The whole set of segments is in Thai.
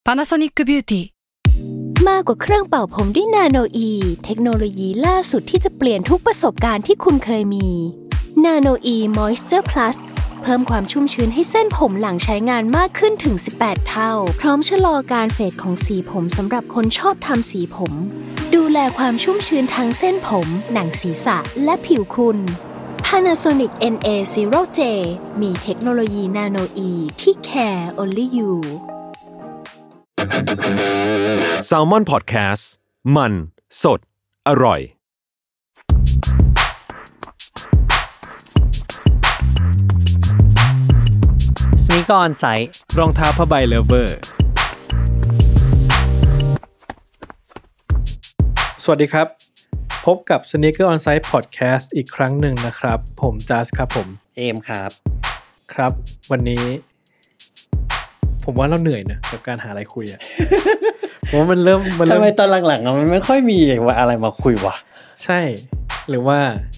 Panasonic Beauty มากกว่าเครื่องเป่าผมด้วยนาโนอีเทคโนโลยีล่าสุดที่จะเปลี่ยนทุกประสบการณ์ที่คุณเคยมีนาโนอีมอยส์เจอร์พลัสเพิ่มความชุ่มชื้นให้เส้นผมหลังใช้งานมากขึ้นถึง18เท่าพร้อมชะลอการเฟดของสีผมสำหรับคนชอบทำสีผมดูแลความชุ่มชื้นทั้งเส้นผมหนังศีรษะและผิวคุณ Panasonic NA0J มีเทคโนโลยีนาโนอีที่ care only you Salmon Podcast มันสดอร่อยสนีกเกอร์ออนไซต์รองเท้าผ้าใบเลฟเวอร์สวัสดีครับพบกับ Sneaker On Site Podcast อีกครั้งหนึ่งนะครับผมจัสครับผมเอมครับครับวันนี้ผมว่าเราเหนื่อยนะกับการหาอะไรคุยอ่ะ ผมว่ามันเริ่มทำไมตอนหลังๆมันไม่ค่อยมีอะไรมาคุยวะใช่หรือว่า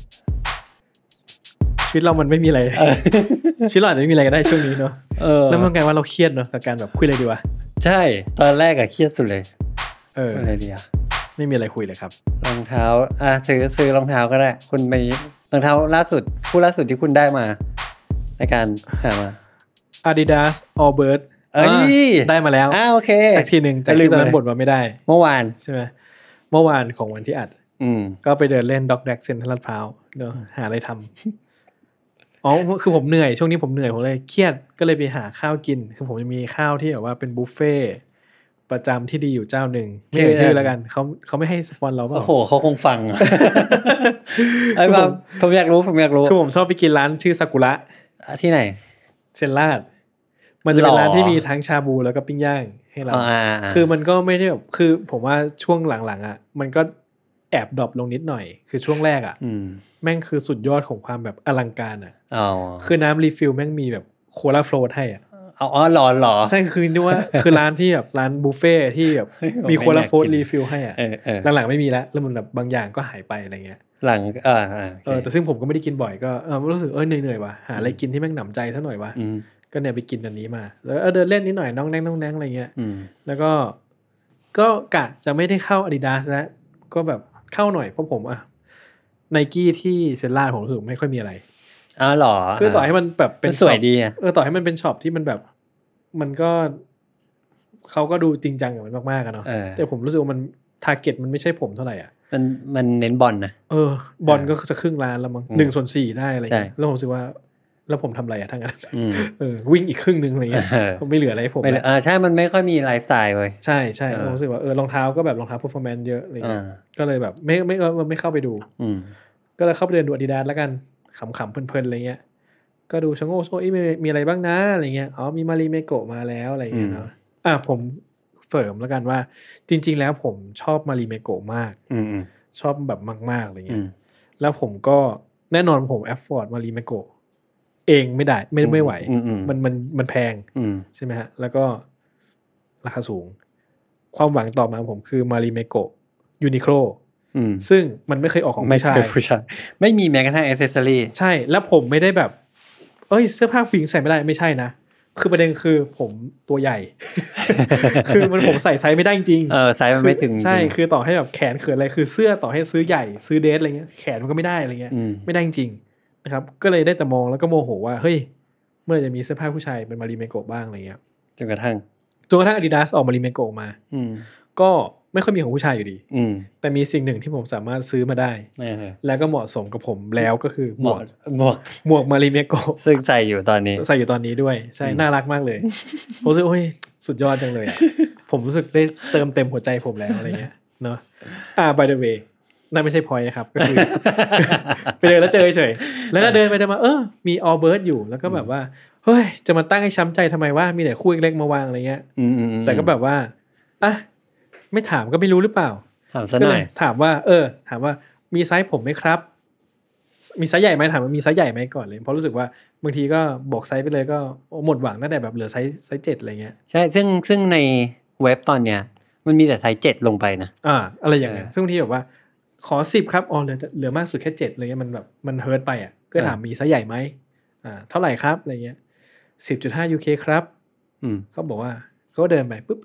ชีวิตเรามันไม่มีอะไร ชีวิตเราอาจจะไม่มีอะไรก็ได้ช่วงนี้เนาะแล้วมันกลายว่าเราเครียดเนาะกับการแบบคุยอะไรดีวะใช่ตอนแรกอะเครียดสุดเลยอะไรดีอะไม่มีอะไรคุยเลยครับรองเท้าซื้อรองเท้าก็ได้คุณไปรองเท้าล่าสุดที่คุณได้มาในการหามา Adidas Allbirds ได้มาแล้วโอเคสักทีนึงจากที่ตอนนั้นบ่นว่าไม่ได้เมื่อวานใช่ไหมเมื่อวานของวันที่อัดก็ไปเดินเล่นด็อกแดกเซ็นทรัลลาดพร้าวเนาะหาอะไรทำคือผมเหนื่อยช่วงนี้ผมเหนื่อยผมเลยเครียดก็เลยไปหาข้าวกินคือผมจะมีข้าวที่แบบว่าเป็นบุฟเฟ่ประจำที่ดีอยู่เจ้าหนึ่งไม่เอ่ยชื่อแล้วกันเขาไม่ให้สปอนเราเปล่าโอ้โหเขาคงฟังไอ้แบบผมอยากรู้คือผมชอบไปกินร้านชื่อซากุระที่ไหนเซนลาดมันจะเป็นร้านที่มีทั้งชาบูแล้วก็ปิ้งย่างให้เราคือมันก็ไม่ได้แบบคือผมว่าช่วงหลังๆอ่ะมันก็แอบดรอปลงนิดหน่อยคือช่วงแรกอ่ะแม่งคือสุดยอดของความแบบอลังการอ่ะคือน้ำรีฟิลแม่งมีแบบโคลาโฟลตให้อ่ะหรอใช่คือนี่ว่าคือร้านที่แบบร้านบุฟเฟ่ที่แบบมีโคลาโฟลตรีฟิลให้อ่ะหลังๆไม่มีแล้วมันแบบบางอย่างก็หายไปอะไรเงี้ยหลังแต่ซึ่งผมก็ไม่ได้กินบ่อยก็รู้สึกเหนื่อยๆว่ะหาอะไรกินที่แม่งหนำใจซะหน่อยวะก็เนี่ยไปกินอันนี้มาแล้วเดินเล่นนิดหน่อยน้องแนงอะไรเงี้ยแล้วก็กะจะไม่ได้เข้า Adidas นะก็แบบเข้าหน่อยเพราะผมNike ที่เซนลาดผมรู้สึกไม่ค่อยมีอะไรหรอคือต่อให้มันแบบเป็นสวยดีต่อให้มันเป็นช็อปที่มันแบบมันก็เขาก็ดูจริงจังกับมันมากๆอะเนาะแต่ผมรู้สึกว่ามันทาร์เก็ตมันไม่ใช่ผมเท่าไหร่อ่ะมันเน้นบอลนะบอลก็จะครึ่งล้านแล้วมั้ง1/4ได้อะไรเงี้ยแล้วผมรู้สึกว่าแล้วผมทำอะไรทั้งนั้นวิ่งอีกครึ่งนึงอะไรเงี้ยไม่เหลืออะไรให้ผมใช่มันไม่ค่อยมีไลฟ์สไตล์เว้ยใช่ผมรู้สึกว่ารองเท้าก็แบบรองเท้า performance เยอะอะไรเงี้ยก็เลยแบบไม่เข้าไปดูก็เลยเข้าไปเดินดู Adidas แล้วกันขำๆเพลินๆอะไรเงี้ยก็ดูชะโงกมีอะไรบ้างนะอะไรเงี้ยมีมาริเมโกะมาแล้วอะไรเงี้ยเนาะผมเฟิร์มแล้วกันว่าจริงๆแล้วผมชอบมาริเมโกะมากชอบแบบมากๆอะไรเงี้ยแล้วผมก็แน่นอนผมแอฟฟอร์ดมาริเมโกะเองไม่ได้ไม่ไหวมันแพงใช่ไหมฮะแล้วก็ราคาสูงความหวังต่อมาผมคือมาริเมโกะยูนิโคลซึ่งมันไม่เคยออกของผู้ชายไม่มีแม้กระทั่งแอคเซสซอรี่ใช่แล้วผมไม่ได้แบบเสื้อผ้าผู้หญิงใส่ไม่ได้ไม่ใช่นะคือประเด็นคือผมตัวใหญ่ คือผมใส่ไซส์ไม่ได้จริงไซส์มันไม่ถึงใช่คือต่อให้แบบแขนเขินอะไรคือเสื้อต่อให้ซื้อใหญ่ซื้อเดรสอะไรเงี้ยแขนมันก็ไม่ได้อะไรเงี้ยไม่ได้จริงนะครับก็เลยได้แต่มองแล้วก็โมโหว่าเฮ้ยเมื่อไหร่จะมีเสื้อผ้าผู้ชายเป็นมาริเมโกะบ้างอะไรเงี้ยจนกระทั่ง Adidas ออกมาริเมโกะมาก็ไม่ค่อยมีของผู้ชายอยู่ดีแต่มีสิ่งหนึ่งที่ผมสามารถซื้อมาได้แล้วก็เหมาะสมกับผมแล้วก็คือหมวกมาริเมโกะซึ่งใส่อยู่ตอนนี้ด้วยใช่น่ารักมากเลยผมรู้สึกโอ้ยสุดยอดจังเลยผมรู้สึกได้เติมเต็มหัวใจผมแล้วอะไรเงี้ยเนาะby the way นั่นไม่ใช่ point นะครับก็คือ ไปเดินแล้วเจอเฉยแล้วก็เดินไปเดินมามี Allbirds อยู่แล้วก็แบบว่าเฮ้ยจะมาตั้งให้ช้ำใจทำไมว่ามีแต่คู่เล็กๆมาวางอะไรเงี้ยแต่ก็แบบว่าไม่ถามก็ไม่รู้หรือเปล่าถามซะหน่อยถามว่ามีไซส์ผมไหมครับมีไซส์ใหญ่ไหมถามว่ามีไซส์ใหญ่ไหมก่อนเลยเพราะรู้สึกว่าบางทีก็บอกไซส์ไปเลยก็หมดหวังตั้งแต่แบบเหลือไซส์7อะไรเงี้ยใช่ซึ่งในเว็บตอนเนี้ยมันมีแต่ไซส์7ลงไปนะอะไรอย่างเงี้ยซึ่งบางทีแบบว่าขอ10ครับเหลือมากสุดแค่7อะไรเงี้ยมันแบบมันเฮิร์ตไปก็ถามมีไซส์ใหญ่ไหมเท่าไหร่ครับอะไรเงี้ย 10.5 UK ครับเขาบอกว่าเขาเดินไปปุ๊บ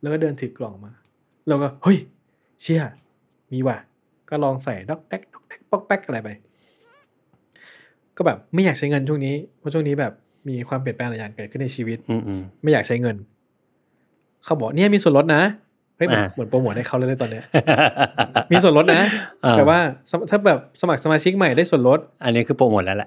แล้วก็เดินถือกล่องมาแล้วก็เฮ้ยเชี่ยมีว่ะก็ลองใส่ด็อกแดกป๊อกแป๊กอะไรไปก็แบบไม่อยากใช้เงินช่วงนี้เพราะช่วงนี้แบบมีความเปลี่ยนแปลงหลายอย่างเกิดขึ้นในชีวิตไม่อยากใช้เงินเขาบอกเนี่ยมีส่วนลดนะเฮ้ยเหมือนโปรโมทให้เขาเลยตอนเนี้ยมีส่วนลดนะแต่ว่าถ้าแบบสมัครสมาชิกใหม่ได้ส่วนลดอันนี้คือโปรโมทแล้วแหละ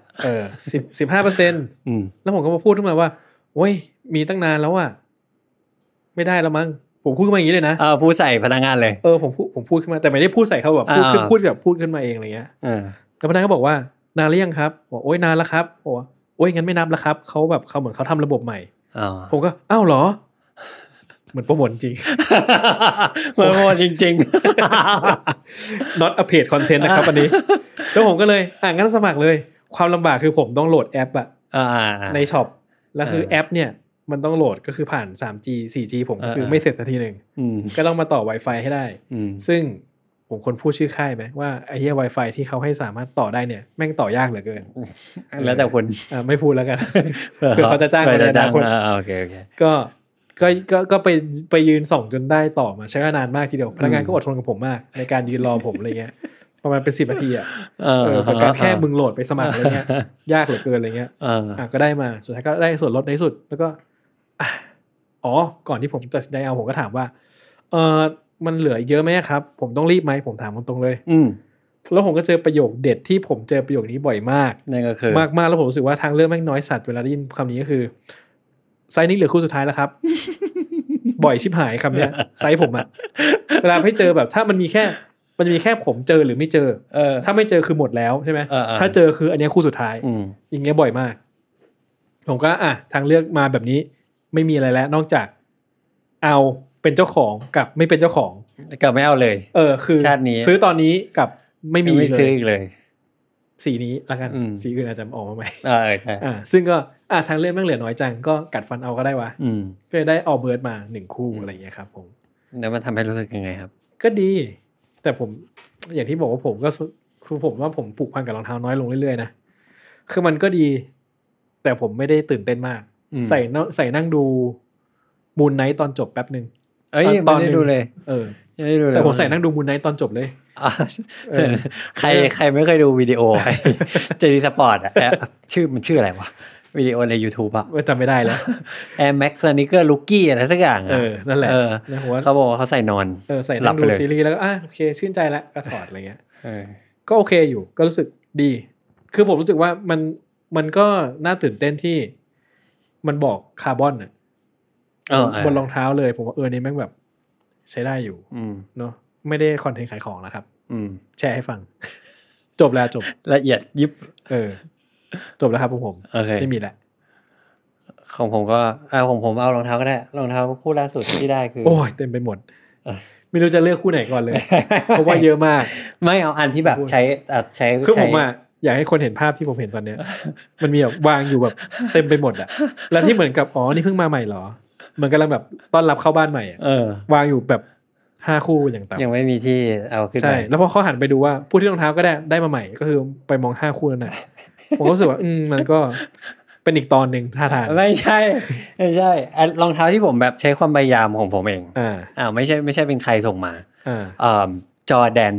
15%แล้วผมก็มาพูดขึ้นมาว่าโอ้ยมีตั้งนานแล้วอ่ะไม่ได้แล้วมั้งผมพูดขึ้นมาอย่างนี้เลยนะพูดใส่พนักงานเลยผมพูดขึ้นมาแต่ไม่ได้พูดใส่เขาแบบพูดแบบพูดขึ้นมาเองอะไรเงี้ยแล้วพนักงานก็บอกว่านานหรือยังครับบอกโอ้ยนานแล้วครับบอกโอ้ยงั้นไม่นับแล้วครับเขาแบบเขาเหมือนเขาทำระบบใหม่ผมก็อ้าวเหรอเหมือนโปรโมทจริงโปรโมทจริงๆ not a paid content นะครับอันนี้แล้วผมก็เลยงั้นสมัครเลยความลำบากคือผมต้องโหลดแอปในช็อปแล้วคือแอปเนี่ยมันต้องโหลดก็คือผ่าน 3G 4G ผมคือไม่เสร็จสักทีนึงก็ต้องมาต่อ Wi-Fi ให้ได้ซึ่งผมคนพูดชื่อค่ายไหมว่าไอ้เหี้ย Wi-Fi ที่เขาให้สามารถต่อได้เนี่ยแม่งต่อยากเหลือเกินแล้วแต่คนไม่พูดแล้วกันคือเขาจะจ้างคนในอนาคตโอเคก็ไปยืนส่องจนได้ต่อมาใช้เวลานานมากทีเดียวพนักงานก็อดทนกับผมมากในการยืนรอผมอะไรเงี้ยประมาณเป็น10 นาทีเป็นการแค่มึงโหลดไปสมัครอะไรเงี้ยยากเหลือเกินอะไรเงี้ยก็ได้มาสุดท้ายก็ได้ส่วนลดในสุดแล้วก็ก่อนที่ผมจะได้เอาผมก็ถามว่ามันเหลือเยอะไหมครับผมต้องรีบไหมผมถามตรงๆเลยแล้วผมก็เจอประโยคเด็ดที่ผมเจอประโยคนี้บ่อยมากนั่นก็คือมากๆแล้วผมรู้สึกว่าทางเลือกแม่งน้อยสัตว์เวลาได้ยินคำนี้ก็คือไซส์นี้เหลือคู่สุดท้ายแล้วครับ บ่อยชิบหายคำเนี้ยไซส์ผมเวลาให้เจอแบบถ้ามันมีแค่ผมเจอหรือไม่เจอถ้าไม่เจอคือหมดแล้วใช่ไหมถ้าเจอคืออันนี้คู่สุดท้ายอย่างเงี้ยบ่อยมากผมก็ทางเลือกมาแบบนี้ไม่มีอะไรแล้วนอกจากเอาเป็นเจ้าของกับไม่เป็นเจ้าของกับไม่เอาเลยคือชาตินี้ซื้อตอนนี้กับไม่มีไม่ซื้ออีกเลยสีนี้ละกันสีอื่นอาจจะออกมาใหม่ใช่ซึ่งก็ทางเลือกแม่งเหลือน้อยจังก็กัดฟันเอาก็ได้วะก็ได้ออเบิร์ดมา1คู่อะไรอย่างเงี้ยครับผมแล้วมันทำให้รู้สึกยังไงครับก็ดีแต่ผมอย่างที่บอกว่าผมก็คือผมว่าผมผูกพันกับรองเท้าน้อยลงเรื่อยๆนะคือมันก็ดีแต่ผมไม่ได้ตื่นเต้นมากใส่นั่งดูมูนไนท์ตอนจบแป๊บนึงตอนได้ดูเลยผมใส่นั่งดูมูนไนท์ตอนจบเลยใครไม่เคยดูวิดีโอเจดีสปอร์ตมันชื่ออะไรวะวิดีโอใน YouTube จำไม่ได้แล้ว Air Max Sneaker Rookie อะไรสักอย่างนั่นแหละเขาบอกว่าเขาใส่นอนใส่นั่งดูซีรีส์แล้วก็โอเคชื่นใจแล้วก็ถอดอะไรเงี้ยก็โอเคอยู่ก็รู้สึกดีคือผมรู้สึกว่ามันก็น่าตื่นเต้นที่มันบอกคาร์บอนบนรองเท้าเลยผมว่านี่แม่งแบบใช้ได้อยู่เนาะไม่ได้คอนเทนต์ขายของแล้วครับแชร์ให้ฟังจบแล้วจบละเอียดยิบจบแล้วครับผมไม่มีแล้วของผมก็ของผมเอารองเท้าก็ได้รองเท้าคู่ล่าสุดที่ได้คือโอ้ยเต็มไปหมดไม่รู้จะเลือกคู่ไหนก่อนเลยเพราะว่าเยอะมากไม่เอาอันที่แบบใช้คือผมอยากให้คนเห็นภาพที่ผมเห็นตอนเนี้ยมันมีแบบวางอยู่แบบเต็มไปหมดแล้วที่เหมือนกับนี่เพิ่งมาใหม่เหรอเหมือนกำลังแบบต้อนรับเข้าบ้านใหม่วางอยู่แบบ5 คู่อย่างต่ำยังไม่มีที่เอาขึ้นไปใช่แล้วพอเขาหันไปดูว่าผู้ที่รองเท้าก็ได้มาใหม่ก็คือไปมอง5 คู่นั่นแหละผมก็รู้สึกว่ามันก็เป็นอีกตอนนึงท่าทางไม่ใช่รองเท้าที่ผมแบบใช้ความพยายามของผมเองไม่ใช่เป็นใครส่งมาจอร์แดน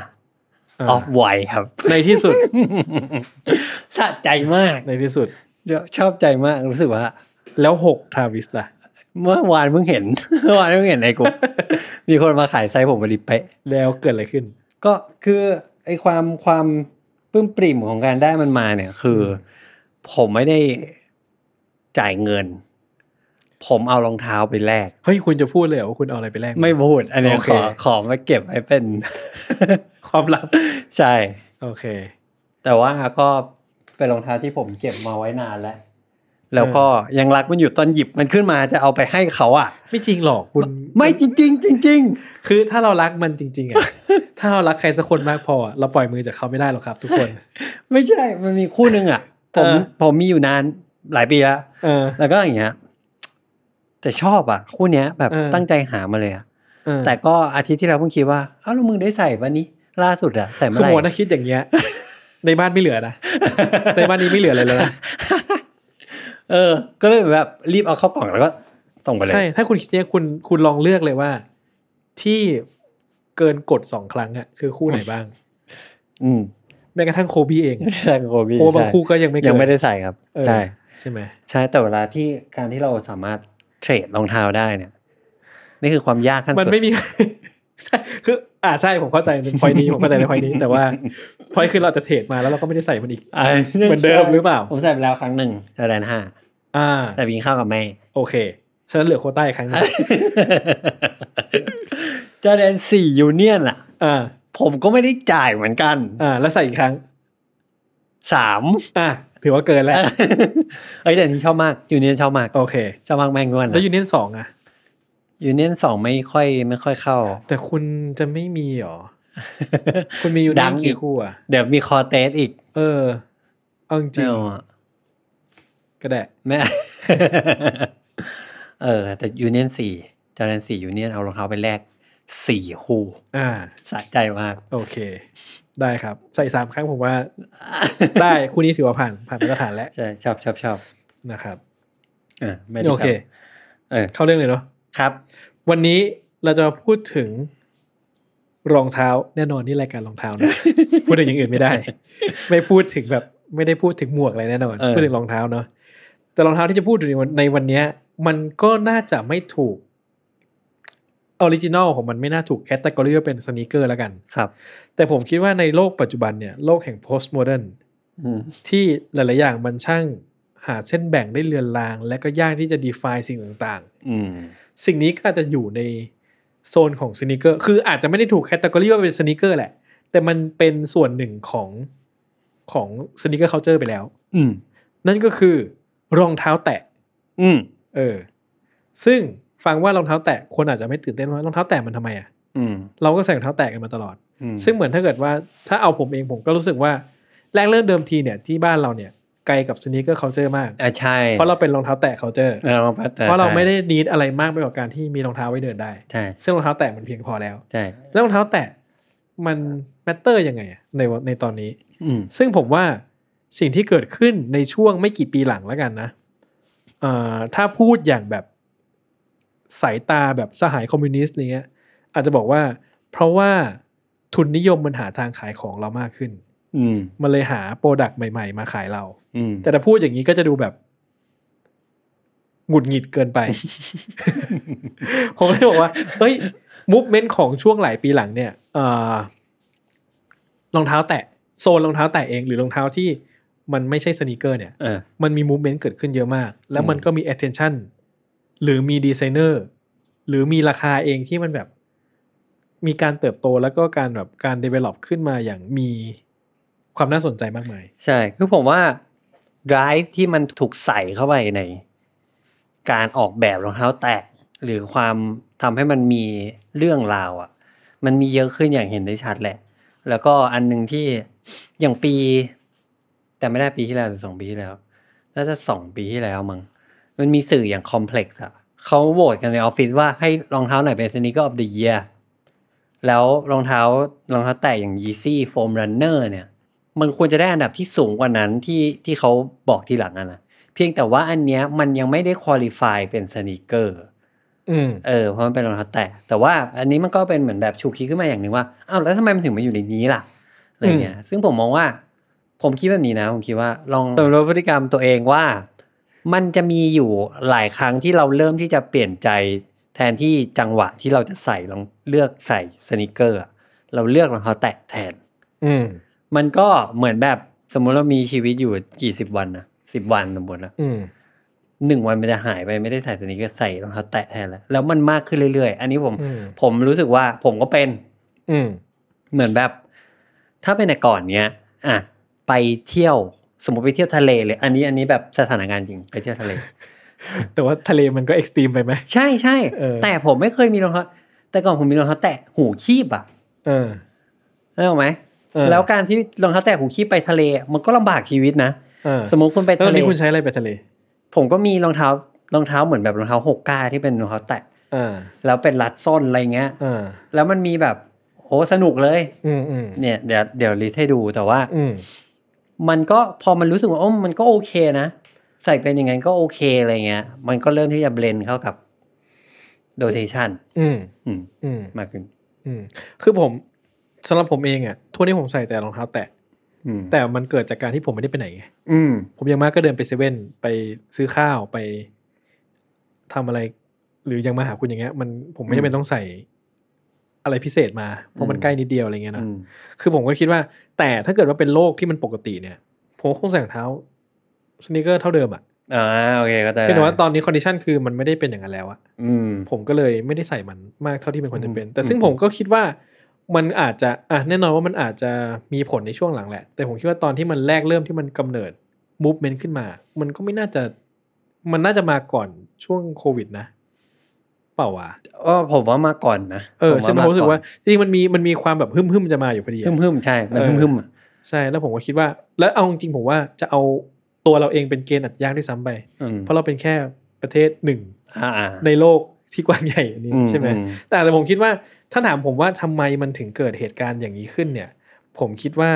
5 Off White ครับในที่สุดสะใจมากในที่สุดชอบใจมากรู้สึกว่าแล้ว6 Travis ล่ะเมื่อวานเพิ่งเห็นในกลุ่มมีคนมาขายไซส์ผมพอดีเป๊ะแล้วเกิดอะไรขึ้นก็คือไอ้ความปลื้มปริ่มของการได้มันมาเนี่ยคือผมไม่ได้จ่ายเงินผมเอารองเท้าไปแลกเฮ้ยคุณจะพูดเลยว่าคุณเอาอะไรไปแลกไม่พูดอันนี้ขอมาเก็บไว้เป็นความลับใช่โอเคแต่ว่าก็เป็นรองเท้าที่ผมเก็บมาไว้นานแล้วก็ยังรักมันอยู่ตอนหยิบมันขึ้นมาจะเอาไปให้เขาไม่จริงหรอกคุณไม่จริงคือถ้าเรารักมันจริงๆถ้าเรารักใครสักคนมากพอเราปล่อยมือจากเขาไม่ได้หรอกครับทุกคนไม่ใช่มันมีคู่นึงผมมีอยู่นานหลายปีแล้วแล้วก็อย่างเงี้ยแต่ชอบคู่เนี้ยแบบตั้งใจหามาเลยแต่ก็อาทิตย์ที่แล้วเพิ่งคิดว่าแล้วมึงได้ใส่วันนี้ล่าสุดใส่เมื่อไหร่คือผมน่าคิดอย่างเงี้ยในบ้านไม่เหลือนะในบ้านนี้ไม่เหลืออะไรเลยนะก็เลยแบบรีบเอาเข้ากล่องแล้วก็ส่งไปเลยใช่ถ้าคุณคิดเนี่ยคุณลองเลือกเลยว่าที่เกินกด2ครั้งอ่ะคือคู่ไหนบ้างแม้กระทั่งโคบี้เองโคบี้บางคู่ก็ยังไม่ได้ใส่ครับใช่ไหมใช่แต่เวลาที่การที่เราสามารถเทรดรองเท้าได้เนี่ยนี่คือความยากขั้นสุดมันไม่มีใช่คือใช่ผมเข้าใจในพอยนี้ผมเข้าใจในพอยนี้แต่ว่าพอยคือเราจะเทรดมาแล้วเราก็ไม่ได้ใส่มันอีกเหมือนเดิมหรือเปล่าผมใส่ไปแล้วครั้งหนึ่งจอร์แดน5แต่วิ่งเข้ากับแม่โอเคฉะนั้นเหลือโควต้าอีกครั้งนึงจอร์แดน4ยูเนียนผมก็ไม่ได้จ่ายเหมือนกันแล้วใส่อีกครั้ง 3 ถือว่าเกินแล้วแต่นี่ชอบมากยูเนียนชอบมากโอเคชอบมากแม่งด้วยแล้วยูเนียน2 ยูเนียน2ไม่ค่อยเข้าแต่คุณจะไม่มีหรอคุณมียูเนียนกี่คู่เดี๋ยวมีคอเตสอีกเอาจริงก็ได้แม่แต่ยูเนียน4จอร์แดน4ยูเนียนเอารองเท้าไปแลก4คู่สะใจมากโอเคได้ครับใส่3ครั้งผมว่าได้คู่นี้ถือว่าผ่านมาตรฐานแล้วใช่ชอบนะครับโอเคเข้าเรื่องเลยเนาะครับวันนี้เราจะพูดถึงรองเท้าแน่นอนนี่รายการรองเท้านะพูดถึงอย่างอื่นไม่ได้ไม่พูดถึงแบบไม่ได้พูดถึงหมวกอะไรแน่นอนพูดถึงรองเท้าเนาะแต่รองเท้าที่จะพูดถึงในวันนี้มันก็น่าจะไม่ถูกออริจินอลของมันไม่น่าถูกแคตตากรีว่าเป็นสนีกเกอร์แล้วกันครับแต่ผมคิดว่าในโลกปัจจุบันเนี่ยโลกแห่ง post modern ที่หลายๆอย่างมันช่างหาเส้นแบ่งได้เลือนลางและก็ยากที่จะ define สิ่งต่างๆสิ่งนี้ก็อาจจะอยู่ในโซนของสนีกเกอร์คืออาจจะไม่ได้ถูกแคตตากรีว่าเป็นสนีกเกอร์แหละแต่มันเป็นส่วนหนึ่งของสนีกเกอร์คัลเจอร์ไปแล้วนั่นก็คือรองเท้าแตะซึ่งฟังว่ารองเท้าแตะคนอาจจะไม่ตื่นเต้นว่ารองเท้าแตะมันทำไมเราก็ใส่รองเท้าแตะกันมาตลอดซึ่งเหมือนถ้าเกิดว่าถ้าเอาผมเองผมก็รู้สึกว่าแรกเริ่มเดิมทีเนี่ยที่บ้านเราเนี่ยไกลกับสนีกเกอร์คัลเจอร์มากใช่เพราะเราเป็นรองเท้าแตะคัลเจอร์เพราะเราไม่ได้นีดอะไรมากไปกว่าการที่มีรองเท้าไว้เดินได้ซึ่งรองเท้าแตะมันเพียงพอแล้วแล้วรองเท้าแตะมันแมตเตอร์ยังไงในตอนนี้ซึ่งผมว่าสิ่งที่เกิดขึ้นในช่วงไม่กี่ปีหลังแล้วกันนะถ้าพูดอย่างแบบสายตาแบบสหายคอมมิวนิสต์อะไรเงี้ยอาจจะบอกว่าเพราะว่าทุนนิยมมันหาทางขายของเรามากขึ้นมันเลยหาโปรดักต์ใหม่ๆมาขายเราแต่ถ้าพูดอย่างนี้ก็จะดูแบบหงุดหงิดเกินไป ผมเลยบอกว่าเฮ้ยมูฟเมนต์ของช่วงหลายปีหลังเนี่ยรองเท้าแตะโซนรองเท้าแตะเองหรือรองเท้าที่มันไม่ใช่สนีกเกอร์เนี่ยมันมีมูฟเมนต์เกิดขึ้นเยอะมากแล้วมันก็มี attention หรือมีดีไซเนอร์หรือมีราคาเองที่มันแบบมีการเติบโตแล้วก็การแบบการ develop ขึ้นมาอย่างมีความน่าสนใจมากมายใช่คือผมว่า drive ที่มันถูกใส่เข้าไปในการออกแบบรองเท้าแตะหรือความทำให้มันมีเรื่องราวมันมีเยอะขึ้นอย่างเห็นได้ชัดแหละแล้วก็อันนึงที่อย่างปีแต่ไม่ได้ปีที่แล้วหรือ2ปีที่แล้วน่าจะ2ปีที่แล้วมั้งมันมีสื่ออย่าง Complex เขาโหวตกันในออฟฟิศว่าให้รองเท้าไหนเป็น Sneaker of the Year แล้วรองเท้าแตะอย่าง Yeezy Foam Runner เนี่ยมันควรจะได้อันดับที่สูงกว่านั้นที่เขาบอกทีหลังนะเพียงแต่ว่าอันเนี้ยมันยังไม่ได้ qualify เป็น Sneaker เพราะมันเป็นรองเท้าแตะแต่ว่าอันนี้มันก็เป็นเหมือนแบบฉุกคิดขึ้นมาอย่างนึงว่าอ้าวแล้วทำไมมันถึงมาอยู่ในนี้ล่ะอะไรเงี้ยซึ่งผมมองว่าผมคิดแบบนี้นะผมคิดว่าลองตรวจพฤติกรรมตัวเองว่ามันจะมีอยู่หลายครั้งที่เราเริ่มที่จะเปลี่ยนใจแทนที่จังหวะที่เราจะใส่ลองเลือกใส่สนีกเกอร์เราเลือกรองเท้าแตะแทนมันก็เหมือนแบบสมมติเรามีชีวิตอยู่กี่10 วันนะ10 วันสมมตินะ1 วันมันจะหายไปไม่ได้ใส่สนีกเกอร์ใส่รองเท้าแตะแทนแล้วมันมากขึ้นเรื่อยๆอันนี้ผมรู้สึกว่าผมก็เป็นเหมือนแบบถ้าเป็นแต่ก่อนเนี้ยไปเที่ยวสมมติไปเที่ยวทะเลเลยอันนี้แบบสถานการณ์จริงไปเที่ยวทะเลแต่ว่าทะเลมันก็เอ็กซ์ตรีมไปไหมใช่แต่ผมไม่เคยมีรองเท้าแต่ก่อนผมมีรองเท้าแตะหูคีบได้ไหมแล้วการที่รองเท้าแตะหูคีบไปทะเลมันก็ลำบากชีวิตนะสมมติคุณไปทะเลนี่คุณใช้อะไรไปทะเลผมก็มีรองเท้าเหมือนแบบรองเท้า6 ก้าที่เป็นรองเท้าแตะแล้วเป็นรัดส้นอะไรเงี้ยแล้วมันมีแบบโอ้สนุกเลยเนี่ยเดี๋ยวลิสต์ให้ดูแต่ว่ามันก็พอมันรู้สึกว่ามันก็โอเคนะใส่เป็นอย่างงั้นก็โอเคอะไรเงี้ยมันก็เริ่มที่จะเบลนด์เข้ากับ rotation มากขึ้นคือผมสำหรับผมเองอ่ะทั่วนี้ผมใส่แต่รองเท้าแตะแต่มันเกิดจากการที่ผมไม่ได้ไปไหนไงผมยังมากก็เดินไปเซเว่นไปซื้อข้าวไปทำอะไรหรือยังมาหาคุณอย่างเงี้ยผมไม่จำเป็นต้องใส่อะไรพิเศษมาเพราะมันใกล้นิดเดียวอะไรเงี้ยนะคือผมก็คิดว่าแต่ถ้าเกิดว่าเป็นโลกที่มันปกติเนี่ยผมคงใส่รองเท้าสนีกเกอร์เท่าเดิมอ่ะโอเคก็ได้แต่ว่าตอนนี้คอนดิชันคือมันไม่ได้เป็นอย่างนั้นแล้วอ่ะผมก็เลยไม่ได้ใส่มันมากเท่าที่มันควรจะเป็นแต่ซึ่งผมก็คิดว่ามันอาจจะแน่นอนว่ามันอาจจะมีผลในช่วงหลังแหละแต่ผมคิดว่าตอนที่มันแรกเริ่มที่มันกำเนิด movement ขึ้นมามันก็ไม่น่าจะมันน่าจะมาก่อนช่วงโควิดนะเปล่าวะผมว่ามาก่อนนะใช่ผมรู้สึกว่าจริงๆมันมีความแบบหึ่มๆจะมาอยู่พอดีหึ่มๆใช่มันหึ่มๆใช่แล้วผมก็คิดว่าแล้วเอาจริงๆผมว่าจะเอาตัวเราเองเป็นเกณฑ์อาจจะยากด้วยซ้ำไปเพราะเราเป็นแค่ประเทศหนึ่งในโลกที่กว้างใหญ่นี้ใช่ไหมแต่ผมคิดว่าถ้าถามผมว่าทำไมมันถึงเกิดเหตุการณ์อย่างนี้ขึ้นเนี่ยผมคิดว่า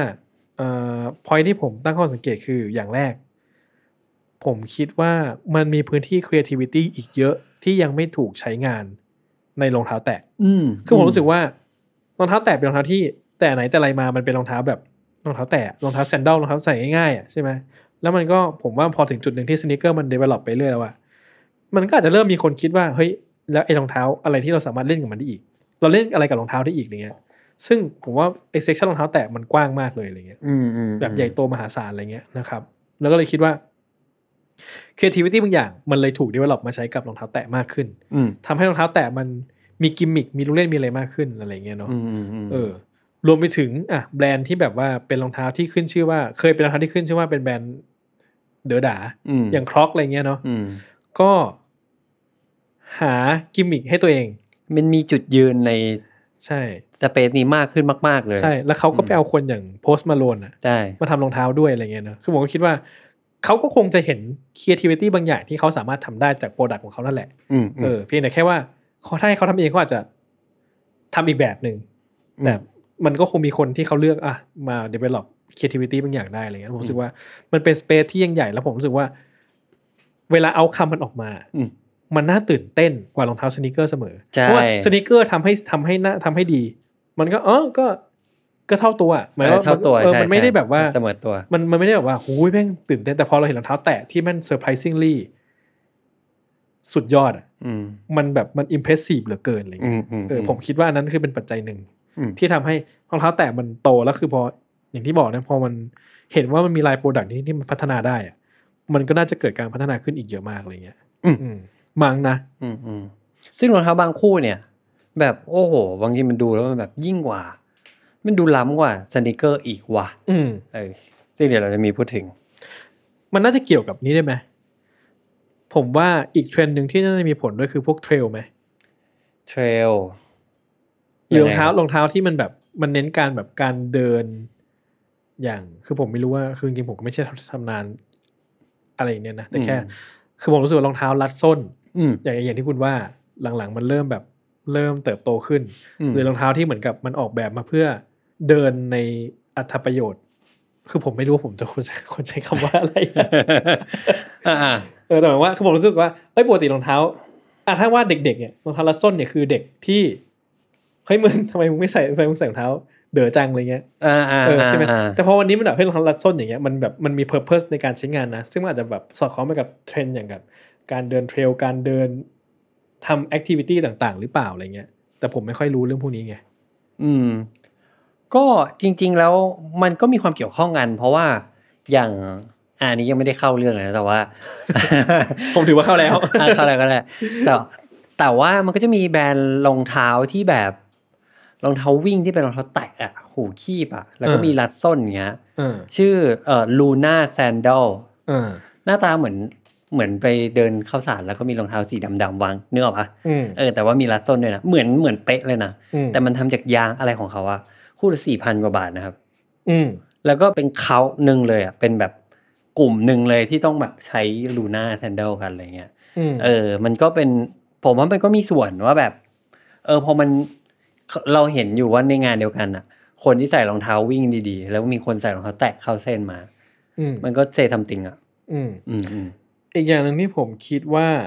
point ที่ผมตั้งข้อสังเกตคืออย่างแรกผมคิดว่ามันมีพื้นที่ creativity อีกเยอะที่ยังไม่ถูกใช้งานในรองเท้าแตะคือผมรู้สึกว่ารองเท้าแตะเป็นรองเท้าที่แต่ไหนแต่ไรมามันเป็นรองเท้าแบบรองเท้าแตะรองเท้าแซนดอลรองเท้าใส่ง่ายๆใช่ไหมแล้วมันก็ผมว่าพอถึงจุดหนึ่งที่สนีกเกอร์มัน develop ไปเรื่อยแล้วมันก็อาจจะเริ่มมีคนคิดว่าเฮ้ยแล้วไอ้รองเท้าอะไรที่เราสามารถเล่นกับมันได้อีกเราเล่นอะไรกับรองเท้าได้อีกอะไรเงี้ยซึ่งผมว่าไอ้เซกชันรองเท้าแตะมันกว้างมากเลยอะไรเงี้ยแบบใหญ่โตมหาศาลอะไรเงี้ยนะครับแล้วก็เลยคิดว่า creativity บางอย่างมันเลยถูก develop มาใช้กับรองเท้าแตะมากขึ้นทำให้รองเท้าแตะมันมีกิมมิคมีลูกเล่นมีอะไรมากขึ้นอะไรเงี้ยเนาะรวมไปถึงแบรนด์ที่แบบว่าเป็นรองเท้าที่ขึ้นชื่อว่าเคยเป็นรองเท้าที่ขึ้นชื่อว่าเป็นแบรนด์เด๋อด่าอย่างคร็อกอะไรเงี้ยเนาะก็หากิมมิคให้ตัวเองมันมีจุดยืนในใช่สเปซนี้มากขึ้นมากๆเลยใช่แล้วเขาก็ไปเอาคนอย่างโพสต์มาโลนมาทำรองเท้าด้วยอะไรเงี้ยเนาะคือผมก็คิดว่าเขาก็คงจะเห็น creativity บางอย่างที่เขาสามารถทำได้จากโปรดักต์ของเขานั่นแหละเพียงแต่แค่ว่าถ้าให้เขาทำเองเขาอาจจะทำอีกแบบหนึ่งแต่มันก็คงมีคนที่เขาเลือกมา develop creativity บางอย่างได้อะไรเงี้ยผมรู้สึกว่ามันเป็น space ที่ยังใหญ่แล้วผมรู้สึกว่าเวลาเอาคำมันออกมามันน่าตื่นเต้นกว่ารองเท้าสนีกเกอร์เสมอเพราะว่าสนีกเกอร์ทำให้ดีมันก็ก็เท่าตัวหมายว่าเท่าตัวมันไม่ได้แบบว่าเสมอตัวมันไม่ได้แบบว่าโอ้ยแม่งตื่นเต้นแต่พอเราเห็นรองเท้าแตะที่มัน surprisingly สุดยอดมันแบบมัน impressive เหลือเกินอะไรเงี้ยผมคิดว่านั้นคือเป็นปัจจัยหนึ่งที่ทำให้รองเท้าแตะมันโตแล้วคือพออย่างที่บอกนะพอมันเห็นว่ามันมีลายโปรดักต์ที่มันพัฒนาได้อะมันก็น่าจะเกิดการพัฒนาขึ้นอีกเยอะมากอะไรเงี้ยมั้งนะซึ่งรองเท้าบางคู่เนี่ยแบบโอ้โหบางทีมันดูแล้วมันแบบยิ่งกว่ามันดูล้ำกว่าสนีกเกอร์อีกว่ะซึ่งเดี๋ยวเราจะมีพูดถึงมันน่าจะเกี่ยวกับนี้ได้ไหมผมว่าอีกเทรนด์นึงที่น่าจะมีผลด้วยคือพวกเทรลไหมเทรลรองเท้าที่มันแบบมันเน้นการแบบการเดินอย่างคือผมไม่รู้ว่าคือจริงๆผมก็ไม่ใช่ทำนานอะไรอย่างเนี้ยนะแต่แค่คือผมรู้สึกว่ารองเท้ารัดส้นอย่างที่คุณว่าหลังๆมันเริ่มเติบโตขึ้นหรือรองเท้าที่เหมือนกับมันออกแบบมาเพื่อเดินในอรรถประโยชน์คือผมไม่รู้ว่าผมจะคนใช้คำว่าอะไรแต่หมายว่าคือผมรู้สึกว่าปกติรองเท้าถ้าว่าเด็กๆเนี่ยรองเท้ารัดส้นเนี่ยคือเด็กที่เฮ้ยมึงทำไมมึงไม่ใส่รองเท้าเด๋อจังอะไรเงี้ยใช่ไหมแต่พอวันนี้มันแบบให้รองเท้ารัดส้นอย่างเงี้ยมันแบบมันมี purpose ในการใช้งานนะซึ่งมันอาจจะแบบสอดคล้องไปกับเทรนด์อย่างกับการเดินเทรลการเดินทำแอคทิวิตี้ต่างๆหรือเปล่าอะไรเงี้ยแต่ผมไม่ค่อยรู้เรื่องพวกนี้ไงก็จริงๆแล้วมันก็มีความเกี่ยวข้องกันเพราะว่าอย่างอันนี้ยังไม่ได้เข้าเรื่องเลยนะแต่ว่าผมถือว่าเข้าแล้วเข้าแล้วก็ได้แต่ว่ามันก็จะมีแบรนด์รองเท้าที่แบบรองเท้าวิ่งที่เป็นรองเท้าแตะหูคีบแล้วก็มีรัดส้นอย่างเงี้ยชื่อLuna Sandal หน้าตาเหมือนไปเดินเข้าสารแล้วก็มีรองเท้าสีดำๆวางเนื้อป่ะแต่ว่ามีรัดส้นด้วยนะเหมือนเป๊ะเลยนะแต่มันทำจากยางอะไรของเขาคู่ละ 4,000 กว่าบาทนะครับแล้วก็เป็นเขาหนึ่งเลยเป็นแบบกลุ่มหนึ่งเลยที่ต้องแบบใช้ Luna Sandal กันอะไรเงี้ยมันก็เป็นผมว่ามันก็มีส่วนว่าแบบพอมันเราเห็นอยู่ว่าในงานเดียวกันคนที่ใส่รองเท้าวิ่งดีๆแล้วมีคนใส่รองเท้าแตะเข้าเส้นมามันก็เซซัมติงอีกอย่างนึงที่ผมคิดว่า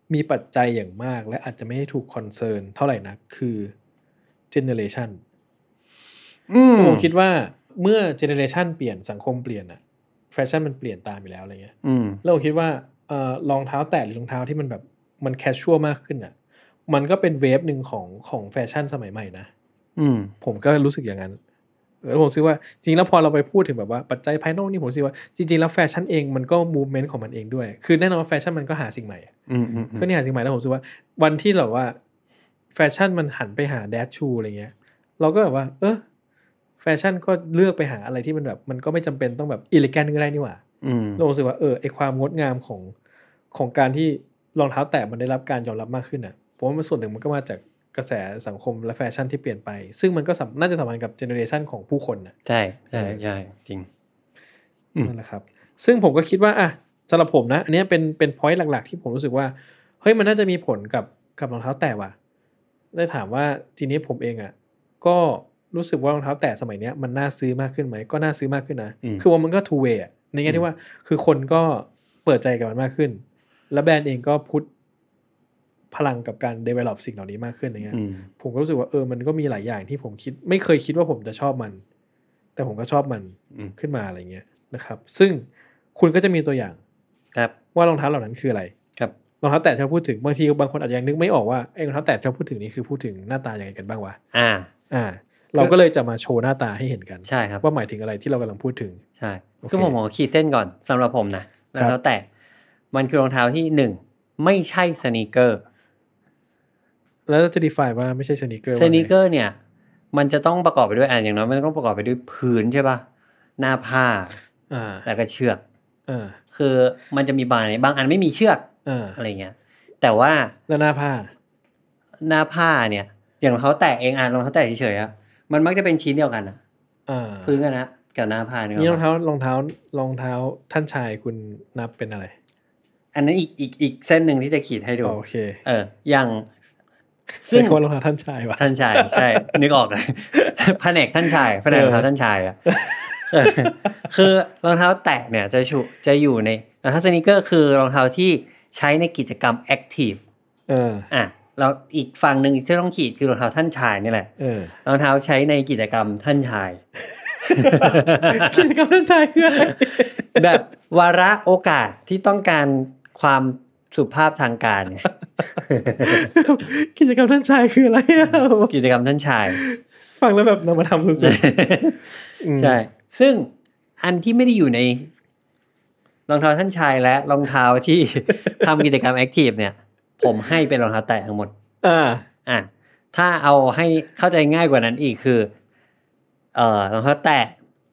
มีปัจจัยอย่างมากและอาจจะไม่ได้ถูกคอนเซิร์นเท่าไหร่นักคือเจเนเรชันผมคิดว่าเมื่อเจเนเรชันเปลี่ยนสังคมเปลี่ยนอะแฟชั่นมันเปลี่ยนตามไปแล้วอะไรเงี้ยแล้วผมคิดว่ารองเท้าแตะหรือรองเท้าที่มันแบบมันแคชชวลมากขึ้นอะมันก็เป็นเวฟหนึ่งของแฟชั่นสมัยใหม่นะผมก็รู้สึกอย่างนั้นแล้วผมคิดว่าจริงแล้วพอเราไปพูดถึงแบบว่าปัจจัยภายนอกนี่ผมคิดว่าจริงๆแล้วแฟชั่นเองมันก็มูฟเมนต์ของมันเองด้วยคือแน่นอนว่าแฟชั่นมันก็หาสิ่งใหม่คือนี่หาสิ่งใหม่แล้วผมคิดว่าวันที่แบบว่าแฟชั่นมันหันไปหาแดชชูอะไรเงี้ยเราก็แบบว่าแฟชั่นก็เลือกไปหาอะไรที่มันแบบมันก็ไม่จำเป็นต้องแบบอิเลแกนต์ก็ได้นี่หว่าเรารู้สึกว่าไอความงดงามของการที่รองเท้าแตะมันได้รับการยอมรับมากขึ้นอ่ะผมว่ามันส่วนหนึ่งมันก็มาจากกระแสสังคมและแฟชั่นที่เปลี่ยนไปซึ่งมันก็น่าจะสัมพันธ์กับเจเนอเรชันของผู้คนนะใช่ใช่ใช่จริงนั่นแหละครับซึ่งผมก็คิดว่าสำหรับผมนะอันนี้เป็นพอยต์หลักๆที่ผมรู้สึกว่าเฮ้ยมันน่าจะมีผลกับรองเท้าแตะว่ะได้ถามว่าทีนี้ผมเองก็รู้สึกว่ารองเท้าแตะสมัยนี้มันน่าซื้อมากขึ้นไหมก็น่าซื้อมากขึ้นนะคือว่ามันก็ two way ในแง่ที่ว่าคือคนก็เปิดใจกับมันมากขึ้นและแบรนด์เองก็พุทพลังกับการ develop สิ่งเหล่านี้มากขึ้นอย่างเงี้ยผมก็รู้สึกว่ามันก็มีหลายอย่างที่ผมไม่เคยคิดว่าผมจะชอบมันแต่ผมก็ชอบมันขึ้นมาอะไรเงี้ยนะครับซึ่งคุณก็จะมีตัวอย่างว่ารองเท้าเหล่านั้นคืออะไรรองเท้าแตะที่เราพูดถึงบางทีบางคนอาจจะยังนึกไม่ออกว่ารองเท้าแตะที่เราพูดถึงนี้คือพูดถึงหน้าตายังไงกันบ้างวะเราก็เลยจะมาโชว์หน้าตาให้เห็นกันใช่ครับว่าหมายถึงอะไรที่เรากำลังพูดถึงใช่คือผมขอขีดเส้นก่อนสำหรับผมนะรองเท้าแตะมันคือรองเท้าที่1ไม่ใช่สนีกเกอร์แล้วจะ define ว่าไม่ใช่สนีกเกอร์สนีกเกอร์เนี่ยมันจะต้องประกอบไปด้วยอย่างน้อยมันต้องประกอบไปด้วยพื้นใช่ป่ะหน้าผ้าแล้วก็เชือกคือมันจะมีบางอันไม่มีเชือกอะไรเงี้ยแต่ว่าแล้วหน้าผ้าเนี่ยอย่างรองเท้าแตะเองรองเท้าแตะเฉยๆมันมักจะเป็นชิ้นเดียวกันพื้นกันนะกับหน้าผ้านี่รองเท้าท่านชายคุณนับเป็นอะไรอันนั้นอีกเส้นหนึ่งที่จะขีดให้ดูโอเคอย่างซึ่งรองเท้าท่านชายวะท่านชายใช่นึกออกเลยแผนกท่านชายแผนกรองเท้าท่านชายคือรองเท้าแตะเนี่ยจะอยู่ในรองเท้าสนีกเกอร์คือรองเท้าที่ใช้ในกิจกรรมแอคทีฟแล้วอีกฝั่งหนึ่งที่ต้องขีดคือรองเท้าท่านชายนี่แหละรองเท้าใช้ในกิจกรรมท่านชายกิจกรรมท่านชายคืออะไรแบบวาระโอกาสที่ต้องการความสุภาพทางการไงกิจกรรมท่านชายคืออะไรกิจกรรมท่านชายฟังแล้วแบบนำมาทำสุดๆใช่ซึ่งอันที่ไม่ได้อยู่ในรองเท้าท่านชายและรองเท้าที่ทำกิจกรรมแอคทีฟเนี่ยผมให้เป็นรองเท้าแตะทั้งหมดถ้าเอาให้เข้าใจง่ายกว่านั้นอีกคือรองเท้าแตะ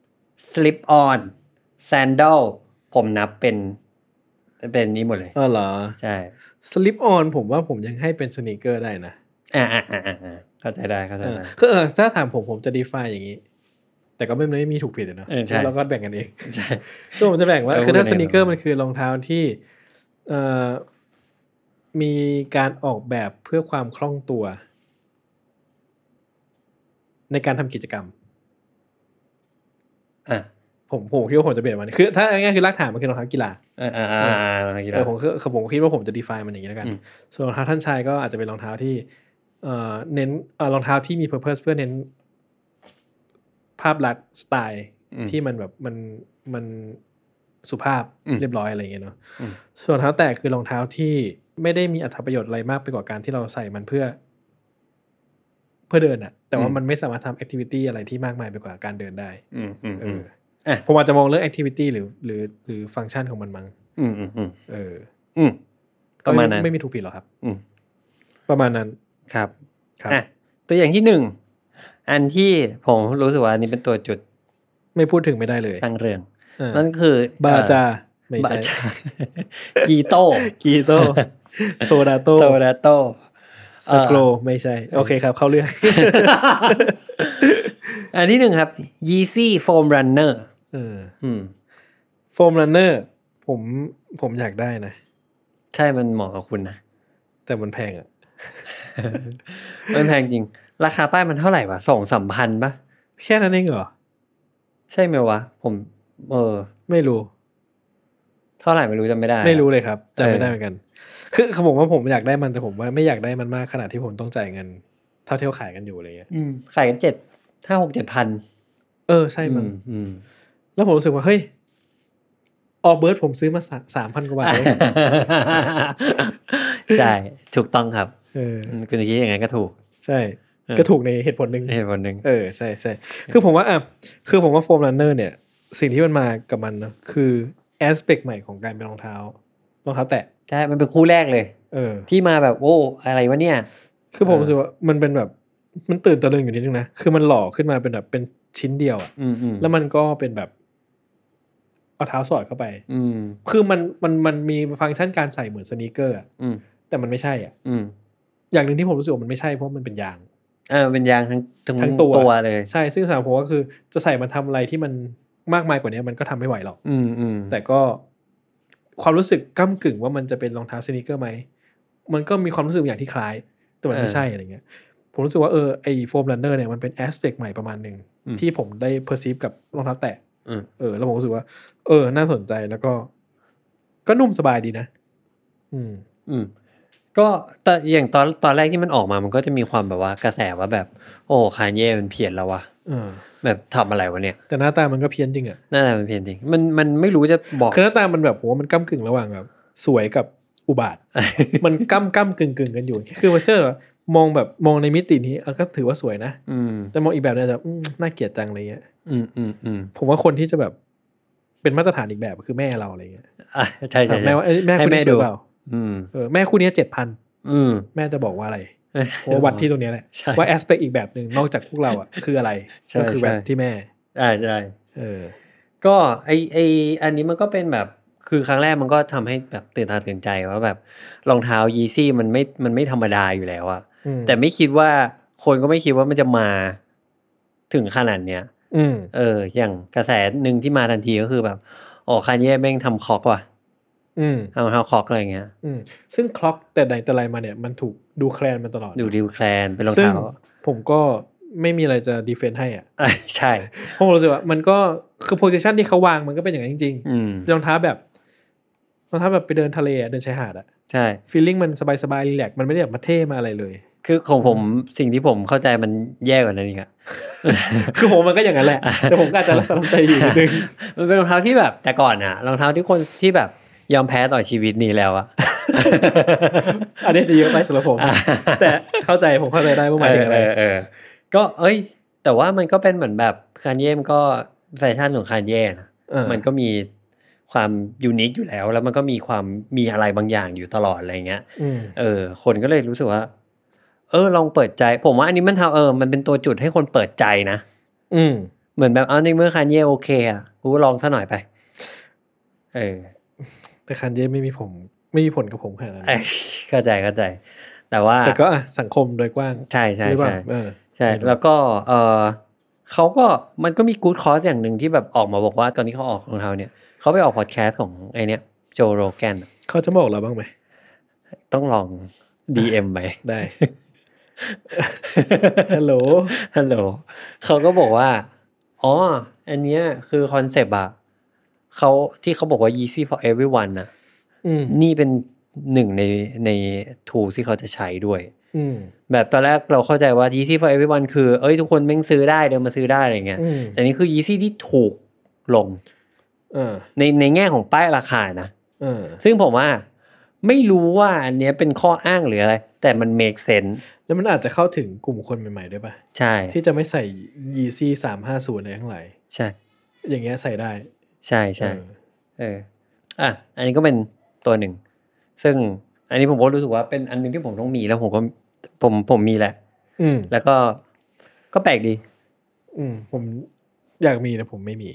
slip on sandal ผมนับเป็นนี้หมดเลยเหรอใช่ slip on ผมว่าผมยังให้เป็นสนีกเกอร์ได้นะเข้าใจได้คือถ้าถามผมจะ define อย่างนี้แต่ก็ไม่มีถูกผิดเนาะเราก็แบ่งกันเองใช่ก็ผมจะแบ่งว่าคือถ้าสนีกเกอร์มันคือรองเท้าที่มีการออกแบบเพื่อความคล่องตัวในการทำกิจกรรมผมคิดว่าผมจะเปลี่ยนมันคือถ้าง่ายๆคือรากฐานมันคือรองเท้ากีฬารองเท้ากีฬาผมคิดว่าผมจะ define มันอย่างนี้แล้วกันส่วนรองเท้าท่านชายก็อาจจะเป็นรองเท้าที่เน้นรองเท้าที่มี purpose เพื่อเน้นภาพลักษณ์สไตล์ที่มันแบบมันสุภาพเรียบร้อยอะไรอย่างเงี้ยเนาะส่วนรองเท้าแตะคือรองเท้าที่ไม่ได้มีอรรถประโยชน์อะไรมากไปกว่าการที่เราใส่มันเพื่อเดินแต่ว่ามันไม่สามารถทำแอคทิวิตี้อะไรที่มากมายไปกว่าการเดินได้ผมอาจจะมองเรื่องแอคทิวิตี้หรือฟังก์ชันของมันมั้งประมาณนั้นไม่มีถูกผิดหรอกครับประมาณนั้นครับตัวอย่างที่1อันที่ผมรู้สึกว่าอันนี้เป็นตัวจุดไม่พูดถึงไม่ได้เลยสร้างเรื่องนั่นคือบาจาไม่ใช่กีโต้โซดาโต้สโกลไม่ใช่โอเคครับเข้าเรื่องอันที่1ครับ Yeezy Foam Runner Foam Runner ผมอยากได้นะใช่มันเหมาะกับคุณนะแต่มันแพงมันแพงจริงราคาป้ายมันเท่าไหร่วะ 2-3 พันป่ะแค่นั้นเองเหรอใช่ไหมวะผมไม่รู้เท่าไหร่ไม่รู้จำไม่ได้ไม่รู้เลยครับจำไม่ได้เหมือนกันคือผมว่าผมอยากได้มันแต่ผมว่าไม่อยากได้มันมากขนาดที่ผมต้องจ่ายเงินเท่าที่เขาขายกันอยู่อะไรเงี้ยขายกัน7,000-6,000 ใช่มั้งแล้วผมรู้สึกว่าเฮ้ยออเบิร์ดผมซื้อมา 3,000 กว่าบาทเลยใช่ถูกต้องครับคุณคิดอย่างไงก็ถูกใช่ก็ถูกในเหตุผลนึงใช่ๆคือผมว่าโฟมรันเนอร์เนี่ยสิ่งที่มันมากับมันนะคือแอสเปคใหม่ของการเป็นรองเท้าแตะใช่มันเป็นคู่แรกเลยที่มาแบบโอ้อะไรวะเนี่ยคือผมรู้สึกว่ามันเป็นแบบมันตื่นตะลึงอยู่นิดนึงนะคือมันหล่อขึ้นมาเป็นแบบเป็นชิ้นเดียวอ่ะแล้วมันก็เป็นแบบเอาเท้าสอดเข้าไปคือมันมีฟังก์ชันการใส่เหมือนสนีกเกอร์อ่ะแต่มันไม่ใช่อ่ะอย่างนึงที่ผมรู้สึกว่ามันไม่ใช่เพราะมันเป็นยางเป็นยางทั้งตัวเลยใช่ซึ่งสำหรับผมก็คือจะใส่มันทำอะไรที่มันมากมายกว่านี้มันก็ทำไม่ไหวหรอกแต่ก็ความรู้สึกก้ำกึ่งว่ามันจะเป็นรองเท้าสนีกเกอร์ไหมมันก็มีความรู้สึกอย่างที่คล้ายแต่มันไม่ใช่อะไรเงี้ยผมรู้สึกว่าไอโฟมรันเนอร์เนี่ยมันเป็นแอสเปคใหม่ประมาณนึงที่ผมได้เพอร์ซีฟกับรองเท้าแตะแล้วผมรู้สึกว่าน่าสนใจแล้วก็นุ่มสบายดีนะก็แต่อย่างตอนแรกที่มันออกมามันก็จะมีความแบบว่ากระแสว่าแบบโอ้คาเย่มันเพี้ยนแล้ววะแบบทำอะไรวะเนี่ยแต่หน้าตามันก็เพี้ยนจริงอ่ะหน้าตามันเพี้ยนจริงมันไม่รู้จะบอกคือหน้าตามันแบบผมว่ามันก้ำกึ่งระหว่างแบบสวยกับอุบาท มันก้ำกึ่งกันอยู่คือว่าเชื่อมองในมิตินี้ก็ถือว่าสวยนะแต่มองอีกแบบเนี่ยจะน่าเกลียดจังอะไรเงี้ยผมว่าคนที่จะแบบเป็นมาตรฐานอีกแบบคือแม่เราอะไรเงี้ยใช่แม่ว่าแม่คุณสวยเปล่าแม่คู่นี้ 7,000 แม่จะบอกว่าอะไรเพราะวัดที่ตรงนี้แหละว่าแอสเปคอีกแบบนึงนอกจากพวกเราอ่ะคืออะไรก็คือแบบที่แม่ใช่ก็ไออันนี้มันก็เป็นแบบคือครั้งแรกมันก็ทำให้แบบตื่นตาตื่นใจว่าแบบรองเท้ายีซี่มันไม่ธรรมดาอยู่แล้วอะแต่ไม่คิดว่าคนก็ไม่คิดว่ามันจะมาถึงขนาดเนี้ยอย่างกระแสหนึ่งที่มาทันทีก็คือแบบคาเย่แม่งทำคอกว่ะเอาเท้าคอกอะไรเงี้ยซึ่งคล็อกแต่ใดแต่ไรมาเนี่ยมันถูกดูแคลนมาตลอดดูแคลนเป็นรองเท้าผมก็ไม่มีอะไรจะดีเฟนต์ให้อ่ะใช่เพราะผมรู้สึกว่ามันก็คือโพสิชันที่เขาวางมันก็เป็นอย่างนั้นจริงๆรองเท้าแบบไปเดินทะเลเดินชายหาดอ่ะใช่ฟีลลิ่งมันสบายๆรีแลกซ์มันไม่ได้แบบมาเท่มาอะไรเลยคือของผมสิ่งที่ผมเข้าใจมันแย่กว่านั้นอีกอะคือผมมันก็อย่างนั้นแหละแต่ผมก็อาจจะรักษาน้ำใจอยู่นิดนึงมันเป็นรองเท้าที่แบบแต่ก่อนอะรองเท้าที่คนที่แบบยอมแพ้ต่อชีวิตนี้แล้วอะอันนี้จะเยอะไปสำหรับผมแต่ผมเข้าใจได้ว่าหมายถึงอะไรก็แต่ว่ามันก็เป็นเหมือนแบบคานเย่ก็แฟชั่นของคานเย่นะมันก็มีความยูนิคอยู่แล้วมันก็มีอะไรบางอย่างอยู่ตลอดอะไรเงี้ยคนก็เลยรู้สึกว่าลองเปิดใจผมว่าอันนี้มันทำมันเป็นตัวจุดให้คนเปิดใจนะเหมือนแบบในเมื่อคานเย่โอเคอ่ะกูลองซะหน่อยไปแต่คานเย่ไม่มีผลกับผมขนาดนั้นเข้าใจแต่ว่าแต่ก็สังคมโดยกว้างใช่ใช่แล้วก็เขาก็มันก็มีกู๊ดคอสอย่างหนึ่งที่แบบออกมาบอกว่าตอนนี้เขาออกรองเท้าเนี่ยเขาไปออกพอดแคสต์ของไอเนี้ยโจโรแกนเขาจะบอกเราบ้างไหมต้องลอง DM ไปได้ฮัลโหลเขาก็บอกว่าอันเนี้ยคือคอนเซปต์อะที่เขาบอกว่า Yeezy for everyone น่ะนี่เป็นหนึ่งใน tool ที่เขาจะใช้ด้วยแบบตอนแรกเราเข้าใจว่า Yeezy for everyone คือทุกคนแม่งซื้อได้เดินมาซื้อได้อะไรเงี้ยแต่นี่คือ Yeezy ที่ถูกลงในแง่ของป้ายราคานะซึ่งผมว่าไม่รู้ว่าอันเนี้ยเป็นข้ออ้างหรืออะไรแต่มัน make sense แล้วมันอาจจะเข้าถึงกลุ่มคนใหม่ๆด้วยป่ะใช่ที่จะไม่ใส่ Yeezy 350อะไรทั้งหลายใช่อย่างเงี้ยใส่ได้ใช่อันนี้ก็เป็นตัวหนึ่งซึ่งอันนี้ผมก็รู้สึกว่าเป็นอันนึงที่ผมต้องมีแล้วผมมีแหละแล้วก็แปลกดีผมอยากมีแต่ผมไม่มี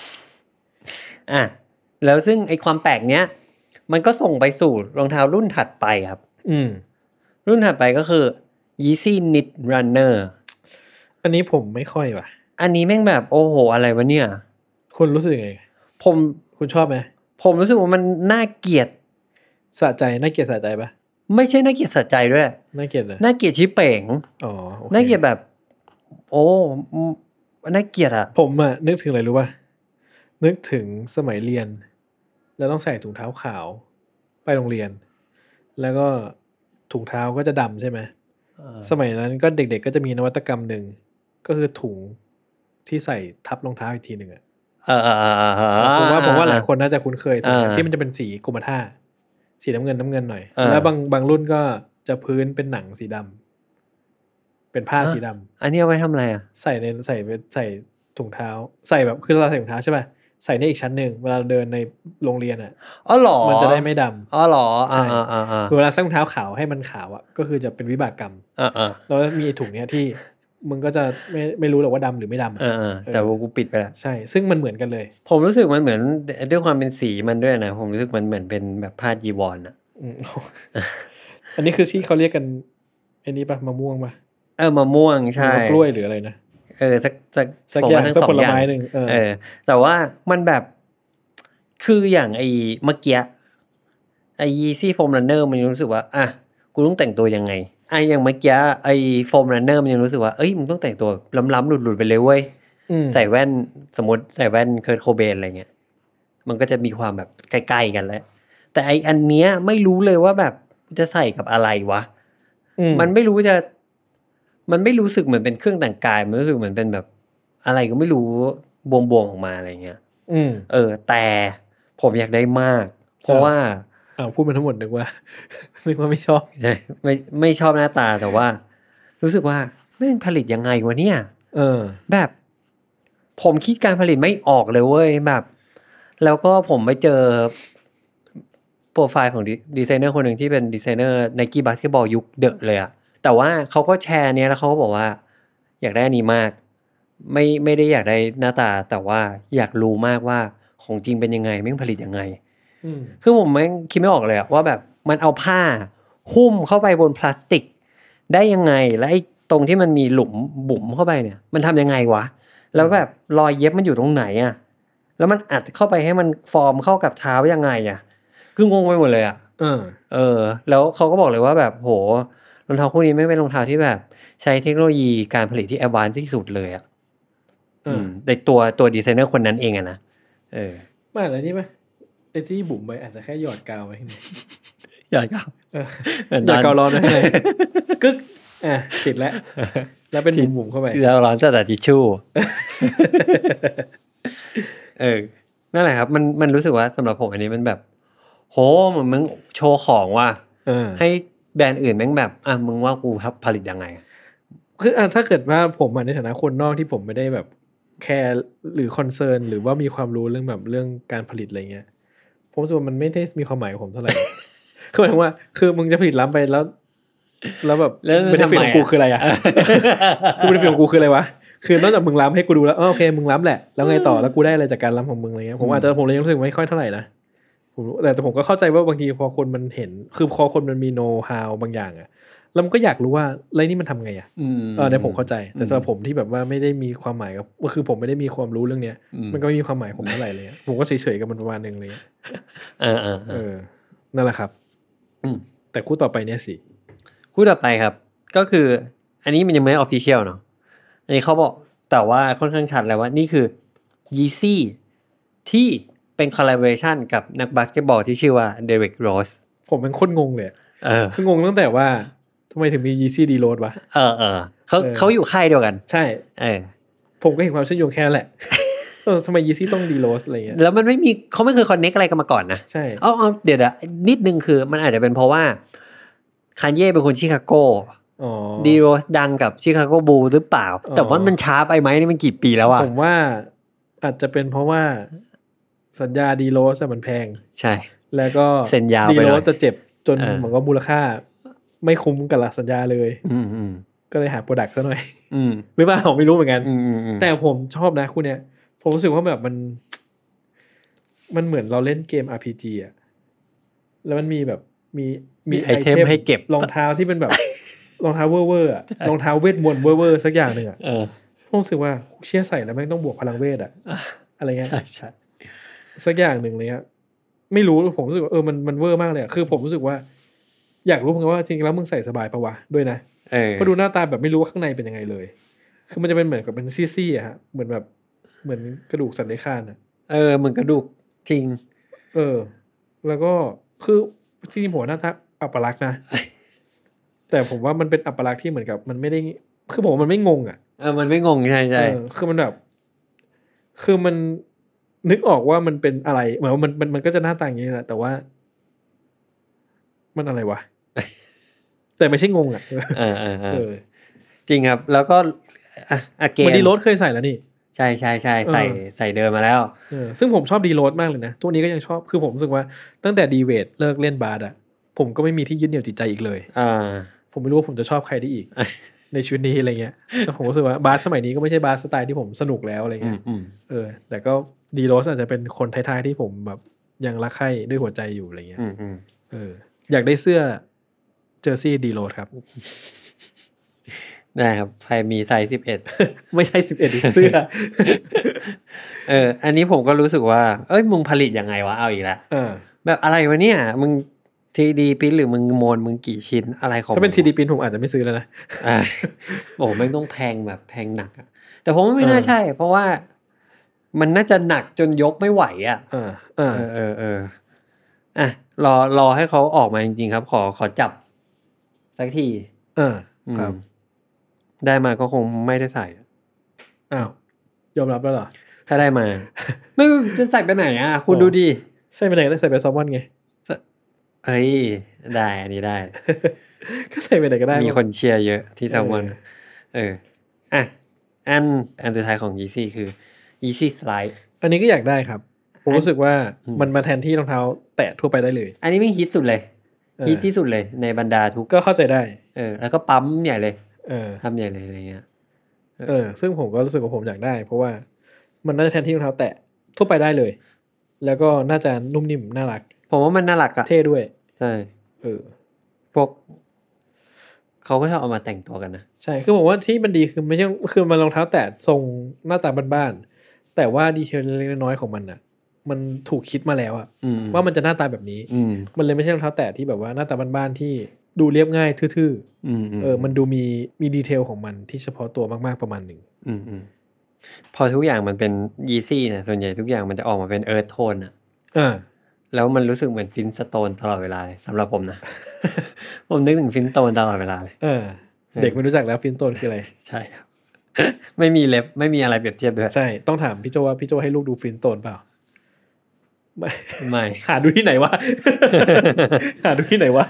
แล้วซึ่งไอความแปลกเนี้ยมันก็ส่งไปสู่รองเท้ารุ่นถัดไปครับรุ่นถัดไปก็คือ Yeezy Knit Runner อันนี้ผมไม่ค่อยว่ะอันนี้แม่งแบบโอ้โหอะไรวะเนี่ยคุณรู้สึกยังไงคุณชอบไหมผมรู้สึกว่ามันน่าเกลียดสะใจน่าเกลียดสะใจปะไม่ใช่น่าเกลียดสะใจด้วยน่าเกลียดเลยน่าเกลียดชิเป๋งน่าเกลียดแบบโอ้น่าเกลียดอะผมนึกถึงอะไรรู้ป่ะนึกถึงสมัยเรียนแล้วต้องใส่ถุงเท้าขาวไปโรงเรียนแล้วก็ถุงเท้าก็จะดำใช่ไหมสมัยนั้นก็เด็กๆก็จะมีนวัตกรรมหนึ่งก็คือถุงที่ใส่ทับรองเท้าอีกทีหนึ่งอ่ะผมว่าหลายคนน่าจะคุ้นเคยที่มันจะเป็นสีกรมท่าสีน้ำเงินหน่อยแล้วบางรุ่นก็จะพื้นเป็นหนังสีดำเป็นผ้าสีดำอันนี้เอาไว้ทำอะไรอ่ะใส่ถุงเท้าใส่แบบคือเราใส่ถุงเท้าใช่ป่ะใส่ในอีกชั้นหนึ่งเวลาเดินในโรงเรียนอ่ะอ๋อหรอมันจะได้ไม่ดำอ๋อหรอใช่เวลาใส่ถุงเท้าขาวให้มันขาวอ่ะก็คือจะเป็นวิบากกรรมแล้วมีถุงเนี้ยที่มึงก็จะไม่รู้หรอกว่าดำหรือไม่ดำแต่ว่ากูปิดไปแล้วใช่ซึ่งมันเหมือนกันเลยผมรู้สึกมันเหมือนด้วยความเป็นสีมันด้วยนะผมรู้สึกมันเหมือนเป็นแบบผ้าจีวรอ่ะอันนี้คือที่เขาเรียกกันอันนี้ป่ะมะม่วงป่ะมะม่วงใช่กล้วยหรืออะไรนะสักอย่างทั้ง2อย่างนึงแต่ว่ามันแบบคืออย่างไอ้เมื่อกี้ไอ้ Yeezy Foam Runner มันรู้สึกว่าอ่ะกูต้องแต่งตัวยังไงอย่างเมื่อกี้ไอ้ Foam Runner มันยังรู้สึกว่าเอ้ยมึงต้องแต่งตัวล้ำๆหลุดๆไปเลยเว้ยใส่แว่นสมมติใส่แว่นเคิร์ทโคเบนอะไรเงี้ยมันก็จะมีความแบบใกล้ๆกันแล้วแต่ไอ้อันเนี้ยไม่รู้เลยว่าแบบจะใส่กับอะไรวะมันไม่รู้สึกเหมือนเป็นเครื่องแต่งกายมันรู้สึกเหมือนเป็นแบบอะไรก็ไม่รู้บวงออกมาอะไรเงี้ยแต่ผมอยากได้มากเพราะว่าพูดมาทั้งหมดนึกว่าไม่ชอบใช่ไม่ชอบหน้าตาแต่ว่ารู้สึกว่าแม่งผลิตยังไงวะเนี่ยแบบผมคิดการผลิตไม่ออกเลยเว้ยแบบแล้วก็ผมไปเจอโปรไฟล์ของดีไซเนอร์คนหนึ่งที่เป็นดีไซเนอร์ Nike Basketball ยุคเดอะเลยอะแต่ว่าเขาก็แชร์เนี้ยแล้วเขาก็บอกว่าอยากได้อันนี้มากไม่ได้อยากได้หน้าตาแต่ว่าอยากรู้มากว่าของจริงเป็นยังไงแม่งผลิตยังไงคือผมแม่งคิดไม่ออกเลยอะว่าแบบมันเอาผ้าหุ้มเข้าไปบนพลาสติกได้ยังไงและไอ้ตรงที่มันมีหลุมบุ๋มเข้าไปเนี่ยมันทำยังไงวะแล้วแบบรอยเย็บมันอยู่ตรงไหนอะแล้วมันอัดเข้าไปให้มันฟอร์มเข้ากับเท้ายังไงอะคืองงไปหมดเลยอะแล้วเขาก็บอกเลยว่าแบบโหรองเท้าคู่นี้ไม่เป็นรองเท้าที่แบบใช้เทคโนโลยีการผลิตที่แอดวานซ์ที่สุดเลยอ่ะในตัวดีไซเนอร์คนนั้นเองอะนะไม่อะไรนี่ไหมไอ้ที่บุ๋มไปอาจจะแค่หยอดกาวไว้ข้างในหยอดกาวหยอดกาวร้อนไว้ข้างในกึ๊กติดแล้วเป็นบุ๋มเข้าไปแล้วร้อนจัดทิชชู่นั่นแหละครับมันรู้สึกว่าสำหรับผมอันนี้มันแบบโหเหมือนมึงโชว์ของว่ะให้แบรนด์อื่นแม่งแบบมึงว่ากูผลิตยังไงคือถ้าเกิดว่าผมในฐานะคนนอกที่ผมไม่ได้แบบแคร์หรือคอนเซิร์นหรือว่ามีความรู้เรื่องแบบเรื่องการผลิตอะไรเงี้ยผมรู้สึกว่ามันไม่ได้มีความหมายกับผมเท่าไหร่ คือหมายถึงว่าคือมึงจะผลิตล้ำไปแล้วแบบเป็นฟิลของกูคืออะไรอ่ะกูเป็นฟิลของกูคืออะไรวะคือนอกจากมึงล้ำให้กูดูแล้วโอเคมึงล้ำแหละแล้วไงต่อแล้วกูได้อะไรจากการล้ำของมึงอะไรเงี้ยผมเลยรู้สึกไม่ค่อยเท่าไหร่นะแต่ผมก็เข้าใจว่าบางทีพอคนมันเห็นคือพอคนมันมีโน้ตฮาวบางอย่างอ่ะแล้วมันก็อยากรู้ว่าอะไรนี่มันทำไงอ่ะเนี่ยผมเข้าใจแต่สำหรับผมที่แบบว่าไม่ได้มีความหมายกับคือผมไม่ได้มีความรู้เรื่องเนี้ยมันก็ไม่มีความหมายผมเท่าไหร่เลยผมก็เฉยๆกับมันประมาณนึงเลยนั่นแหละครับแต่คู่ต่อไปเนี่ยสิคู่ต่อไปครับก็คืออันนี้มันยังไม่ออฟฟิเชียลเนาะอันนี้เขาบอกแต่ว่าค่อนข้างชัดแล้วว่านี่คือ Yeezy ที่เป็นคอลลาบอเรชั่นกับนักบาสเกตบอลที่ชื่อว่าเดริกโรสผมเป็นคนงงเลยคืองงตั้งแต่ว่าทำไมถึงมี Yeezy D Rose วะเขาอยู่ค่ายเดียวกันใช่ผมก็เห็นความเชื่อมโยงแค่นั้นแหละทำไม Yeezy ต้อง D Rose อะไรเงี้ยแล้วมันเขาไม่เคยคอนเนคอะไรกันมาก่อนนะใช่เดี๋ยวนิดนึงคือมันอาจจะเป็นเพราะว่าคานเย่เป็นคนชิคาโกD Rose ดังกับชิคาโกบูลหรือเปล่าแต่ว่ามันช้าไปไหมนี่มันกี่ปีแล้วอะผมว่าอาจจะเป็นเพราะว่าสัญญาดีโรสมันแพงใช่แล้วก็เซ็นยาวดีโรสจะเจ็บจนเหมือนว่ามูลค่าไม่คุ้มกับสัญญาเลยก็เลยหาโปรดักต์ซะหน่อยหรือเปล่าผมไม่รู้เหมือนกันแต่ผมชอบนะคู่เนี้ยผมรู้สึกว่าแบบมันเหมือนเราเล่นเกม RPG อ่ะแล้วมันมีแบบมีไอเทมให้เก็บรองเท้าที่เป็นแบบรองเท้าเว่อร์อ่ะรองเท้าเวทมนต์เว่อร์สักอย่างนึงอ่ะผมรู้สึกว่าเชี่ยใส่แล้วแม่งต้องบวกพลังเวทอ่ะอะไรเงี้ยใช่สักอย่างหนึ่งเลยครับไม่รู้ผมรู้สึกว่ามันเวอร์มากเลยคือผมรู้สึกว่าอยากรู้เหมือนกันว่าจริงแล้วมึงใส่สบายปะวะด้วยนะเพราะดูหน้าตาแบบไม่รู้ว่าข้างในเป็นยังไงเลยคือมันจะเป็นเหมือนกับเป็นซี่ๆอะฮะเหมือนกระดูกสันนิษฐานอ่ะเหมือนกระดูกจริงแล้วก็คือจริงๆผมน่าจะอัปลักษณ์นะ แต่ผมว่ามันเป็นอัปลักษณ์ที่เหมือนกับมันไม่ได้คือผมว่ามันไม่งงอ่ะมันไม่งงใช่ใช่คือมันแบบคือมันนึกออกว่ามันเป็นอะไรเหมือนว่ามันก็จะหน้าตาอย่างนี้แหละแต่ว่ามันอะไรวะ แต่ไม่ใช่งงอ่ะจริงครับแล้วก็เกมดีโรสเคยใส่แล้วนี่ใช่ใส่เดิมมาแล้วซึ่งผมชอบดีโรสมากเลยนะตัวนี้ก็ยังชอบคือผมรู้สึกว่าตั้งแต่ดีเวทเลิกเล่นบาสอ่ะผมก็ไม่มีที่ยึดเหนี่ยวจิตใจอีกเลยผมไม่รู้ว่าผมจะชอบใครได้อีก ในชีวิตนี้อะไรเงี้ยแต่ผมรู้สึกว่าบาสสมัยนี้ก็ไม่ใช่บาสสไตล์ที่ผมสนุกแล้วอะไรเงี้ยแต่ก็ดีโรสอาจจะเป็นคนท้ายๆที่ผมแบบยังรักใคร่ด้วยหัวใจอยู่อะไรเงี้ยอยากได้เสื้อเจอร์ซี่ดีโรสครับได้ครับใครมีไซส์ 11 ไม่ใช่11เสื้ออันนี้ผมก็รู้สึกว่ามึงผลิตยังไงวะเอาอีกแล้วแบบอะไรวะเนี่ยมึง 3D พิมพ์หรือมึงโมนมึงกี่ชิ้นอะไรของถ้าเป็น 3D พิมพ์ผมอาจจะไม่ซื้อแล้วนะโอ้ไม่ต้องแพงแบบแพงหนักอะแต่ผมว่าไม่น่าใช่เพราะว่ามันน่าจะหนักจนยกไม่ไหวอ่ะรอให้เขาออกมาจริงๆครับขอจับสักทีครับได้มาก็คงไม่ได้ใส่อ้าวยอมรับแล้วเหรอถ้าได้มาไม่จะใส่ไปไหนอ่ะคุณดูดิใส่ไปไหนได้ใส่ไปซอมอนไงเฮ้ยได้อันนี้ได้ก็ใส่ไปไหนก็ได้มีคนเชียร์เยอะที่ซอมอนอันสุดท้ายของ Yeezy คือ Yeezy Slide อันนี้ก็อยากได้ครับผมรู้สึกว่ามันมาแทนที่รองเท้าแตะทั่วไปได้เลยอันนี้ไม่ฮิตสุดเลยฮิตที่สุดเลยในบรรดาทุกก็เข้าใจได้แล้วก็ปั๊มใหญ่เลยทำใหญ่เลยอะไรเงี้ยซึ่งผมก็รู้สึกว่าผมอยากได้เพราะว่ามันน่าจะแทนที่รองเท้าแตะทั่วไปได้เลยแล้วก็น่าจะนุ่มนิ่มน่ารักผมว่ามันน่ารักอะเท่ด้วยใช่พวกเขาก็ชอบเอามาแต่งตัวกันนะใช่คือผมว่าที่มันดีคือไม่ใช่คือมันรองเท้าแตะทรงหน้าตาบ้านๆแต่ว่าดีเทลเล็กๆน้อยๆของมันอะมันถูกคิดมาแล้วอะว่ามันจะหน้าตาแบบนี้มันเลยไม่ใช่รองเท้าแตะที่แบบว่าหน้าตาบ้านๆที่ดูเรียบง่ายทื่อๆมันดูมีดีเทลของมันที่เฉพาะตัวมากๆประมาณหนึ่งพอทุกอย่างมันเป็น Yeezy เนี่ยส่วนใหญ่ทุกอย่างมันจะออกมาเป็นเอิร์ธโทนอะแล้วมันรู้สึกเหมือนฟินสโตนตลอดเวลาสำหรับผมนะผมนึกถึงฟินโตนตลอดเวลาเลยเด็กไม่รู้จักแล้วฟินโตนคืออะไรใช่ครับไม่มีเล็บไม่มีอะไรเปรียบเทียบด้วยใช่ต้องถามพี่โจว่าพี่โจให้ลูกดูฟินโตนเปล่าไม่หาดูที่ไหนวะหาดูที่ไหนวะ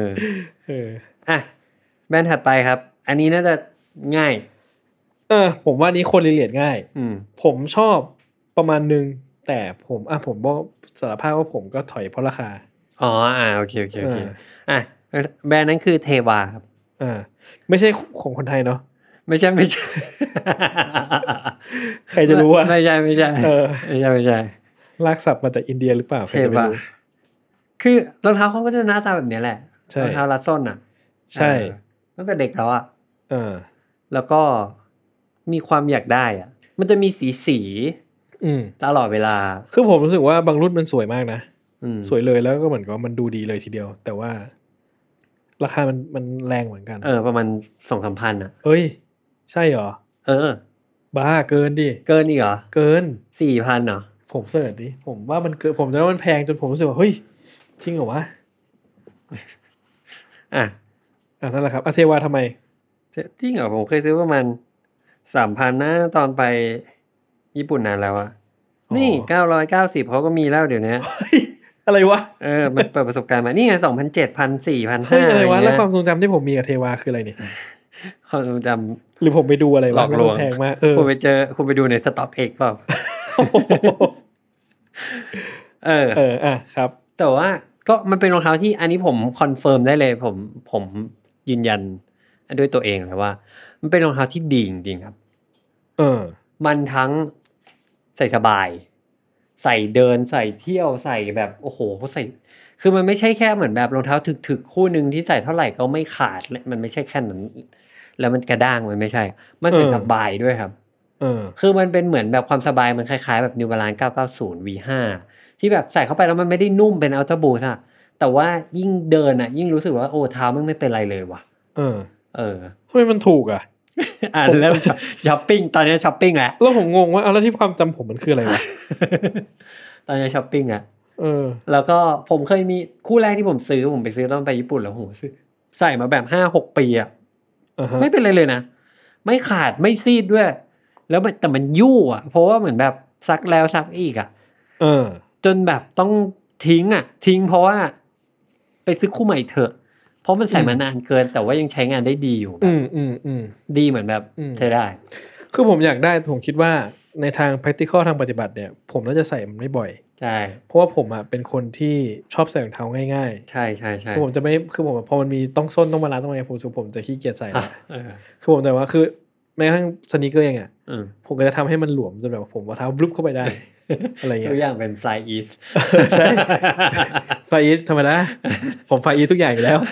แบรนด์ถัดไปครับอันนี้น่าจะง่ายผมว่านี้คนเรียนง่ายผมชอบประมาณนึงแต่ผมบอกสารภาพว่าผมก็ถอยเพราะราคาโอเคแบรนด์นั้นคือเทวาครับไม่ใช่ของคนไทยเนาะไม่ใช่ใครจะรู้ว่าไม่ใช่ไม่ใช่ลากศัพท์มาจากอินเดียหรือเปล่าใครจะไม่รู้คือรองเท้าเขาก็จะหน้าตาแบบนี้แหละรองเท้าลัดส้นอ่ะใช่ตั้งแต่เด็กแล้วอ่ะแล้วก็มีความอยากได้อ่ะมันจะมีสีตลอดเวลาคือผมรู้สึกว่าบางรุ่นมันสวยมากนะสวยเลยแล้วก็เหมือนกับมันดูดีเลยทีเดียวแต่ว่าราคามันแรงเหมือนกันประมาณ 2-3 พันอ่ะเฮ้ยใช่เหรอบ้าเกินดิเกินอีกเหรอเกิน 4,000 เหรอผมเสิร์ชดิผมว่ามันเกินผมจะว่ามันแพงจนผมรู้สึกว่าเฮ้ยจริงเหรอวะนั่นแหละครับเทวาทำไมจริงเหรอผมเคยซื้อประมาณ 3,000 นะตอนไปญี่ปุ่นนานแล้วอะนี่990เขาก็มีแล้วเดี๋ยวนี้อะไรวะมันเปิดประสบการณ์มานี่ไง 2,700 1,400 1,500อะไรวะแล้วความทรงจำที่ผมมีกับเทวาคืออะไรเนี่ยความทรงจำหรือผมไปดูอะไรวะหลอกลวงแพงมากคุณไปดูในสต็อกเอ็กเปล่าครับแต่ว่าก็มันเป็นรองเท้าที่อันนี้ผมคอนเฟิร์มได้เลยผมยืนยันด้วยตัวเองเลยว่ามันเป็นรองเท้าที่ดีจริงๆครับมันทั้งใส่สบายใส่เดินใส่เที่ยวใส่แบบโอ้โหเขาใส่คือมันไม่ใช่แค่เหมือนแบบรองเท้าถึกๆคู่นึงที่ใส่เท่าไหร่ก็ไม่ขาดมันไม่ใช่แค่นั้นแล้วมันกระด้างมันไม่ใช่มันใส่สบายด้วยครับคือมันเป็นเหมือนแบบความสบายมันคล้ายๆแบบ New Balance 990 V5 ที่แบบใส่เข้าไปแล้วมันไม่ได้นุ่มเป็นอัลตร้าบูทอะแต่ว่ายิ่งเดินอะยิ่งรู้สึกว่าโอ้เท้ามันไม่เป็นไรเลยว่ะทำไมมันถูกอ่ะเริ่มช้อปปิ้งตอนนี้ช้อปปิ้งแล้วผมงงว่าแล้วที่ความจำผมมันคืออะไรวะตอนนี้ช้อปปิ้งอะแล้วก็ผมเคยมีคู่แรกที่ผมซื้อผมไปซื้อตอนไปญี่ปุ่นแล้วโหซื้อใส่มาแบบ 5-6 ปีอ่ะไม่เป็นไรเลยนะไม่ขาดไม่ซีดด้วยแล้วแต่มันยู่อ่ะเพราะว่าเหมือนแบบซักแล้วซักอีกอ่ะจนแบบต้องทิ้งเพราะว่าไปซื้อคู่ใหม่เถอะเพราะมันใส่มานานเกินแต่ว่ายังใช้งานได้ดีอยู่ดีเหมือนแบบใช้ได้คือผมอยากได้ผมคิดว่าในทาง practical ทางปฏิบัติเนี่ยผมน่าจะใส่มันไม่บ่อยใช่เพราะว่าผมอ่ะเป็นคนที่ชอบใส่รองเท้าง่ายๆใช่ๆๆคือผมจะไม่คือผมพอมันมีต้องส้นต้องบาลานซ์ต้องอะไรผมจะขี้เกียจใส่คือผมแต่ว่าคือแม้กระทั่งสนีกเกอร์เองอ่ะผมก็จะทำให้มันหลวมจนแบบผมว่าเท้าบลุบเข้าไปได้อะไรเงี้ยทุกอย่างเป็น Fly East ใช่ Fly East ธรรมดาผม Fly East ทุกอย่างอยู่แล้ว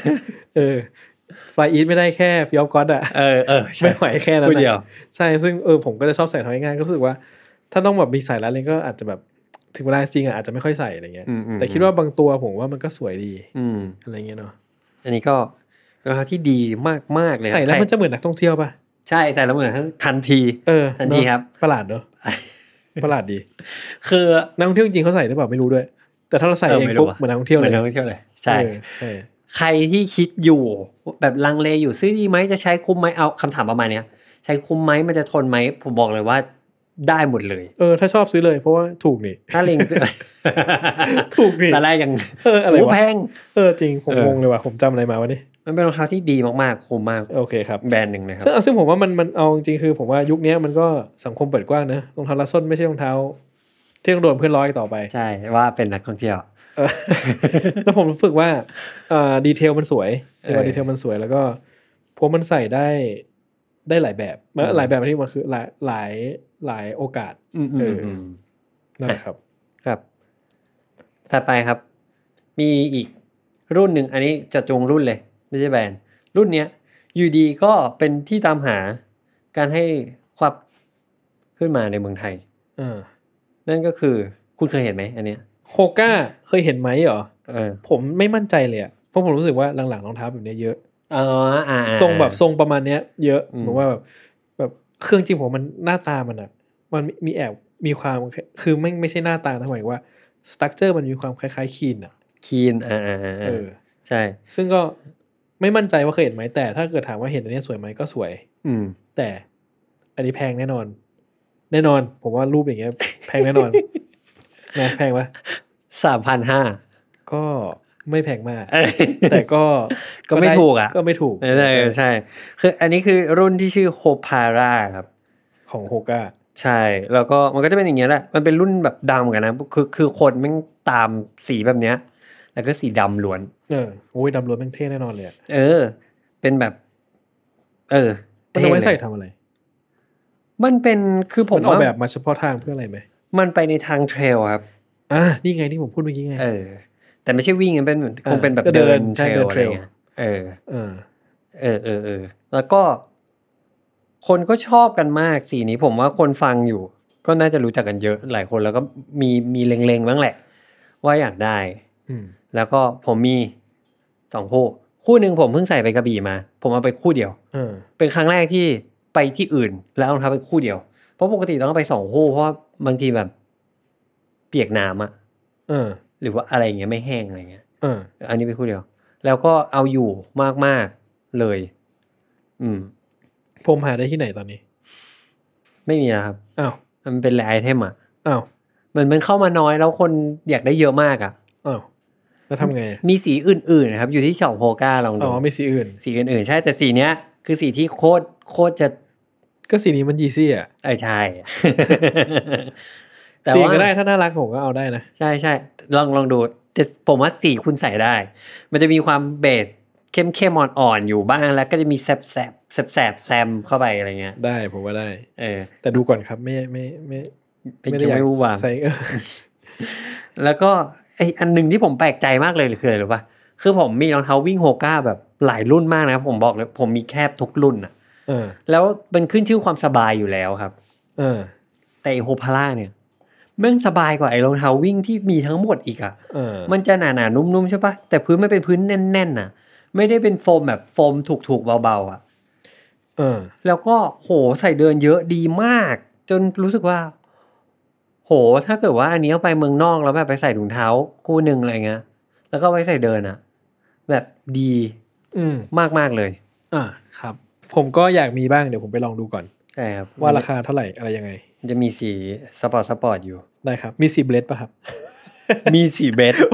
Fly East ไม่ได้แค่ฟิออฟก็อดอ่ะไม่ไหวแค่นั้นเดียวใช่ซึ่งผมก็จะชอบใส่เท้าง่ายๆก็รู้สึกว่าถ้าต้องแบบมีใส่แล้วเลยก็อาจจะแบบถึงเวลาจริงอ่ะอาจจะไม่ค่อยใส่อะไรเงี้ยแต่คิดว่าบางตัวผมว่ามันก็สวยดีอะไรเงี้ยเนาะอันนี้ก็เป็นรองเท้าที่ดีมากๆเลยใส่แล้วมันจะเหมือนนักท่องเที่ยวป่ะใช่ใส่แล้วเหมือนทันทีครับประหลาดเนอะประหลาดดีคือนักท่องเที่ยวจริงเขาใส่หรือเปล่าไม่รู้ด้วยแต่ถ้าเราใส่เองปุ๊บเหมือนนักท่องเที่ยวเลยใช่ใครที่คิดอยู่แบบลังเลอยู่ซื้อดีไหมจะใช้คุ้มไหมเอาคำถามประมาณนี้ใช้คุ้มไหมมันจะทนไหมผมบอกเลยว่าได้หมดเลยถ้าชอบซื้อเลยเพราะว่าถูกนี่ถ้าเล็งซื้อถูกนี่แต่แรกยังอะไรวะแพงจริงผมงงเลยว่ะผมจำอะไรมาวะนี่มันเป็นรองเท้าที่ดีมากๆคุ้มมากโอเคครับแบรนด์นึงเลยครับซึ่งผมว่ามันเอาจริงคือผมว่ายุคนี้มันก็สังคมเปิดกว้างนะรองเท้าลัดส้นไม่ใช่รองเท้าที่ต้องโดนเพื่อนล้อต่อไปใช่ว่าเป็นนักท่องเที่ยวแล้วผมรู้สึกว่าดีเทลมันสวยดีเทลมันสวยแล้วก็พวกมันใส่ได้หลายแบบหลายแบบที่มันคือหลายโอกาสนั่นแหละครับครับถัดไปครับมีอีกรุ่นหนึ่งอันนี้จะจงรุ่นเลยไม่ใช่แบรนด์รุ่นเนี้ยอยู่ดีก็เป็นที่ตามหาการให้ความขึ้นมาในเมืองไทยนั่นก็คือคุณเคยเห็นไหมอันเนี้ยโฮก้าเคยเห็นไหมเหรอผมไม่มั่นใจเลยอ่ะเพราะผมรู้สึกว่าหลังๆรองเท้าแบบนี้เยอะทรงแบบทรงประมาณเนี้ยเยอะผมว่าแบบเครื่องจริงผมมันหน้าตามันอ่ะมันมีแอบมีความคือไม่ใช่หน้าตานะหมายถึงว่าสตรัคเจอร์มันมีความคล้ายๆคีนอ่ะคีนใช่ซึ่งก็ไม่มั่นใจว่าเคยเห็นไหมแต่ถ้าเกิดถามว่าเห็นอันนี้สวยไหมก็สวยแต่อันนี้แพงแน่นอนผมว่ารูปอย่างเงี้ยแพงแน่นอนนะแพงปะ 3,500 ก็ไม่แพงมากแต่ก็ไม่ถูกอ่ะก็ไม่ถูกใช่คืออันนี้คือรุ่นที่ชื่อโฮพาร่าครับของโฮก้าใช่แล้วก็มันก็จะเป็นอย่างเงี้ยแหละมันเป็นรุ่นแบบดำกันนะคือคนแม่งตามสีแบบเนี้ยแล้วก็สีดำล้วนโอ้ยดำล้วนแม่งเท่แน่นอนเลยเป็นแบบมันเอาไว้ใส่ทำอะไรมันเป็นคือผมออกแบบมาเฉพาะทางเพื่ออะไรไหมมันไปในทางเทรลครับนี่ไงที่ผมพูดเมื่อกี้ไงแต่ไม่ใช่วิ่งเป็นคงเป็นแบบเดินเทรลอะไรเงี้ยแล้วก็คนก็ชอบกันมากสีนี้ผมว่าคนฟังอยู่ก็น่าจะรู้จักกันเยอะหลายคนแล้วก็มีเล็งๆบ้างแหละว่าอยากได้แล้วก็ผมมี2คู่นึงผมเพิ่งใส่ไปกระบี่มาผมเอาไปคู่เดียวเป็นครั้งแรกที่ไปที่อื่นแล้วเอาไปคู่เดียวเพราะปกติต้องไป2คู่เพราะบางทีแบบเปียกน้ำอ่ะหรือว่าอะไรอย่างเงี้ยไม่แห้งอะไรเงี้ยอันนี้ไปคู่เดียวแล้วก็เอาอยู่มากๆเลยผมหาได้ที่ไหนตอนนี้ไม่มีครับอ้าวมันเป็นแรไอเทมอ่ะอ้าวมันเข้ามาน้อยแล้วคนอยากได้เยอะมากอ่ะอ้าวแล้วทำไงมีสีอื่นๆนะครับอยู่ที่ช็อปโฮก้าลองดูมีสีอื่นใช่แต่สีเนี้ยคือสีที่โคตรจะก็สีนี้มันยีซี่อ่ะใช่แต่สีก็ได้ถ้าน่ารักผมก็เอาได้นะใช่ลองดูแต่ผมว่าสีคุณใส่ได้มันจะมีความเบสเข้มอ่อนๆอยู่บ้างแล้วก็จะมีแสบแซมเข้าไปอะไรเงี้ยได้ผมว่าได้แต่ดูก่อนครับไม่ได้อยากใส่แล้วก็อันนึงที่ผมแปลกใจมากเลยคืออะไรรู้ป่ะคือผมมีรองเท้าวิ่งโฮก้าแบบหลายรุ่นมากนะครับผมบอกเลยผมมีแคบทุกรุ่นอ่ะแล้วเป็นขึ้นชื่อความสบายอยู่แล้วครับแต่โฮพาร่าเนี่ยมันสบายกว่าไอ้รองเท้าวิ่งที่มีทั้งหมดอีกอ่ะมันจะหนาๆนุ่มๆใช่ป่ะแต่พื้นไม่เป็นพื้นแน่นๆน่ะไม่ได้เป็นโฟมแบบโฟมถูกๆเบาๆอ่ะแล้วก็โหใส่เดินเยอะดีมากจนรู้สึกว่าโหถ้าเกิดว่าอันนี้เอาไปเมืองนอกแล้วแบบไปใส่ถุงเท้าคู่นึงอะไรเงี้ยแล้วก็ไว้ใส่เดินอ่ะแบบดีมากๆเลยครับผมก็อยากมีบ้างเดี๋ยวผมไปลองดูก่อนใช่ครับว่าราคาเท่าไหร่อะไรยังไงจะมีสีสปอร์ตอยู่ได้ครับมีสีเบลดป่ะครับมีสีเบส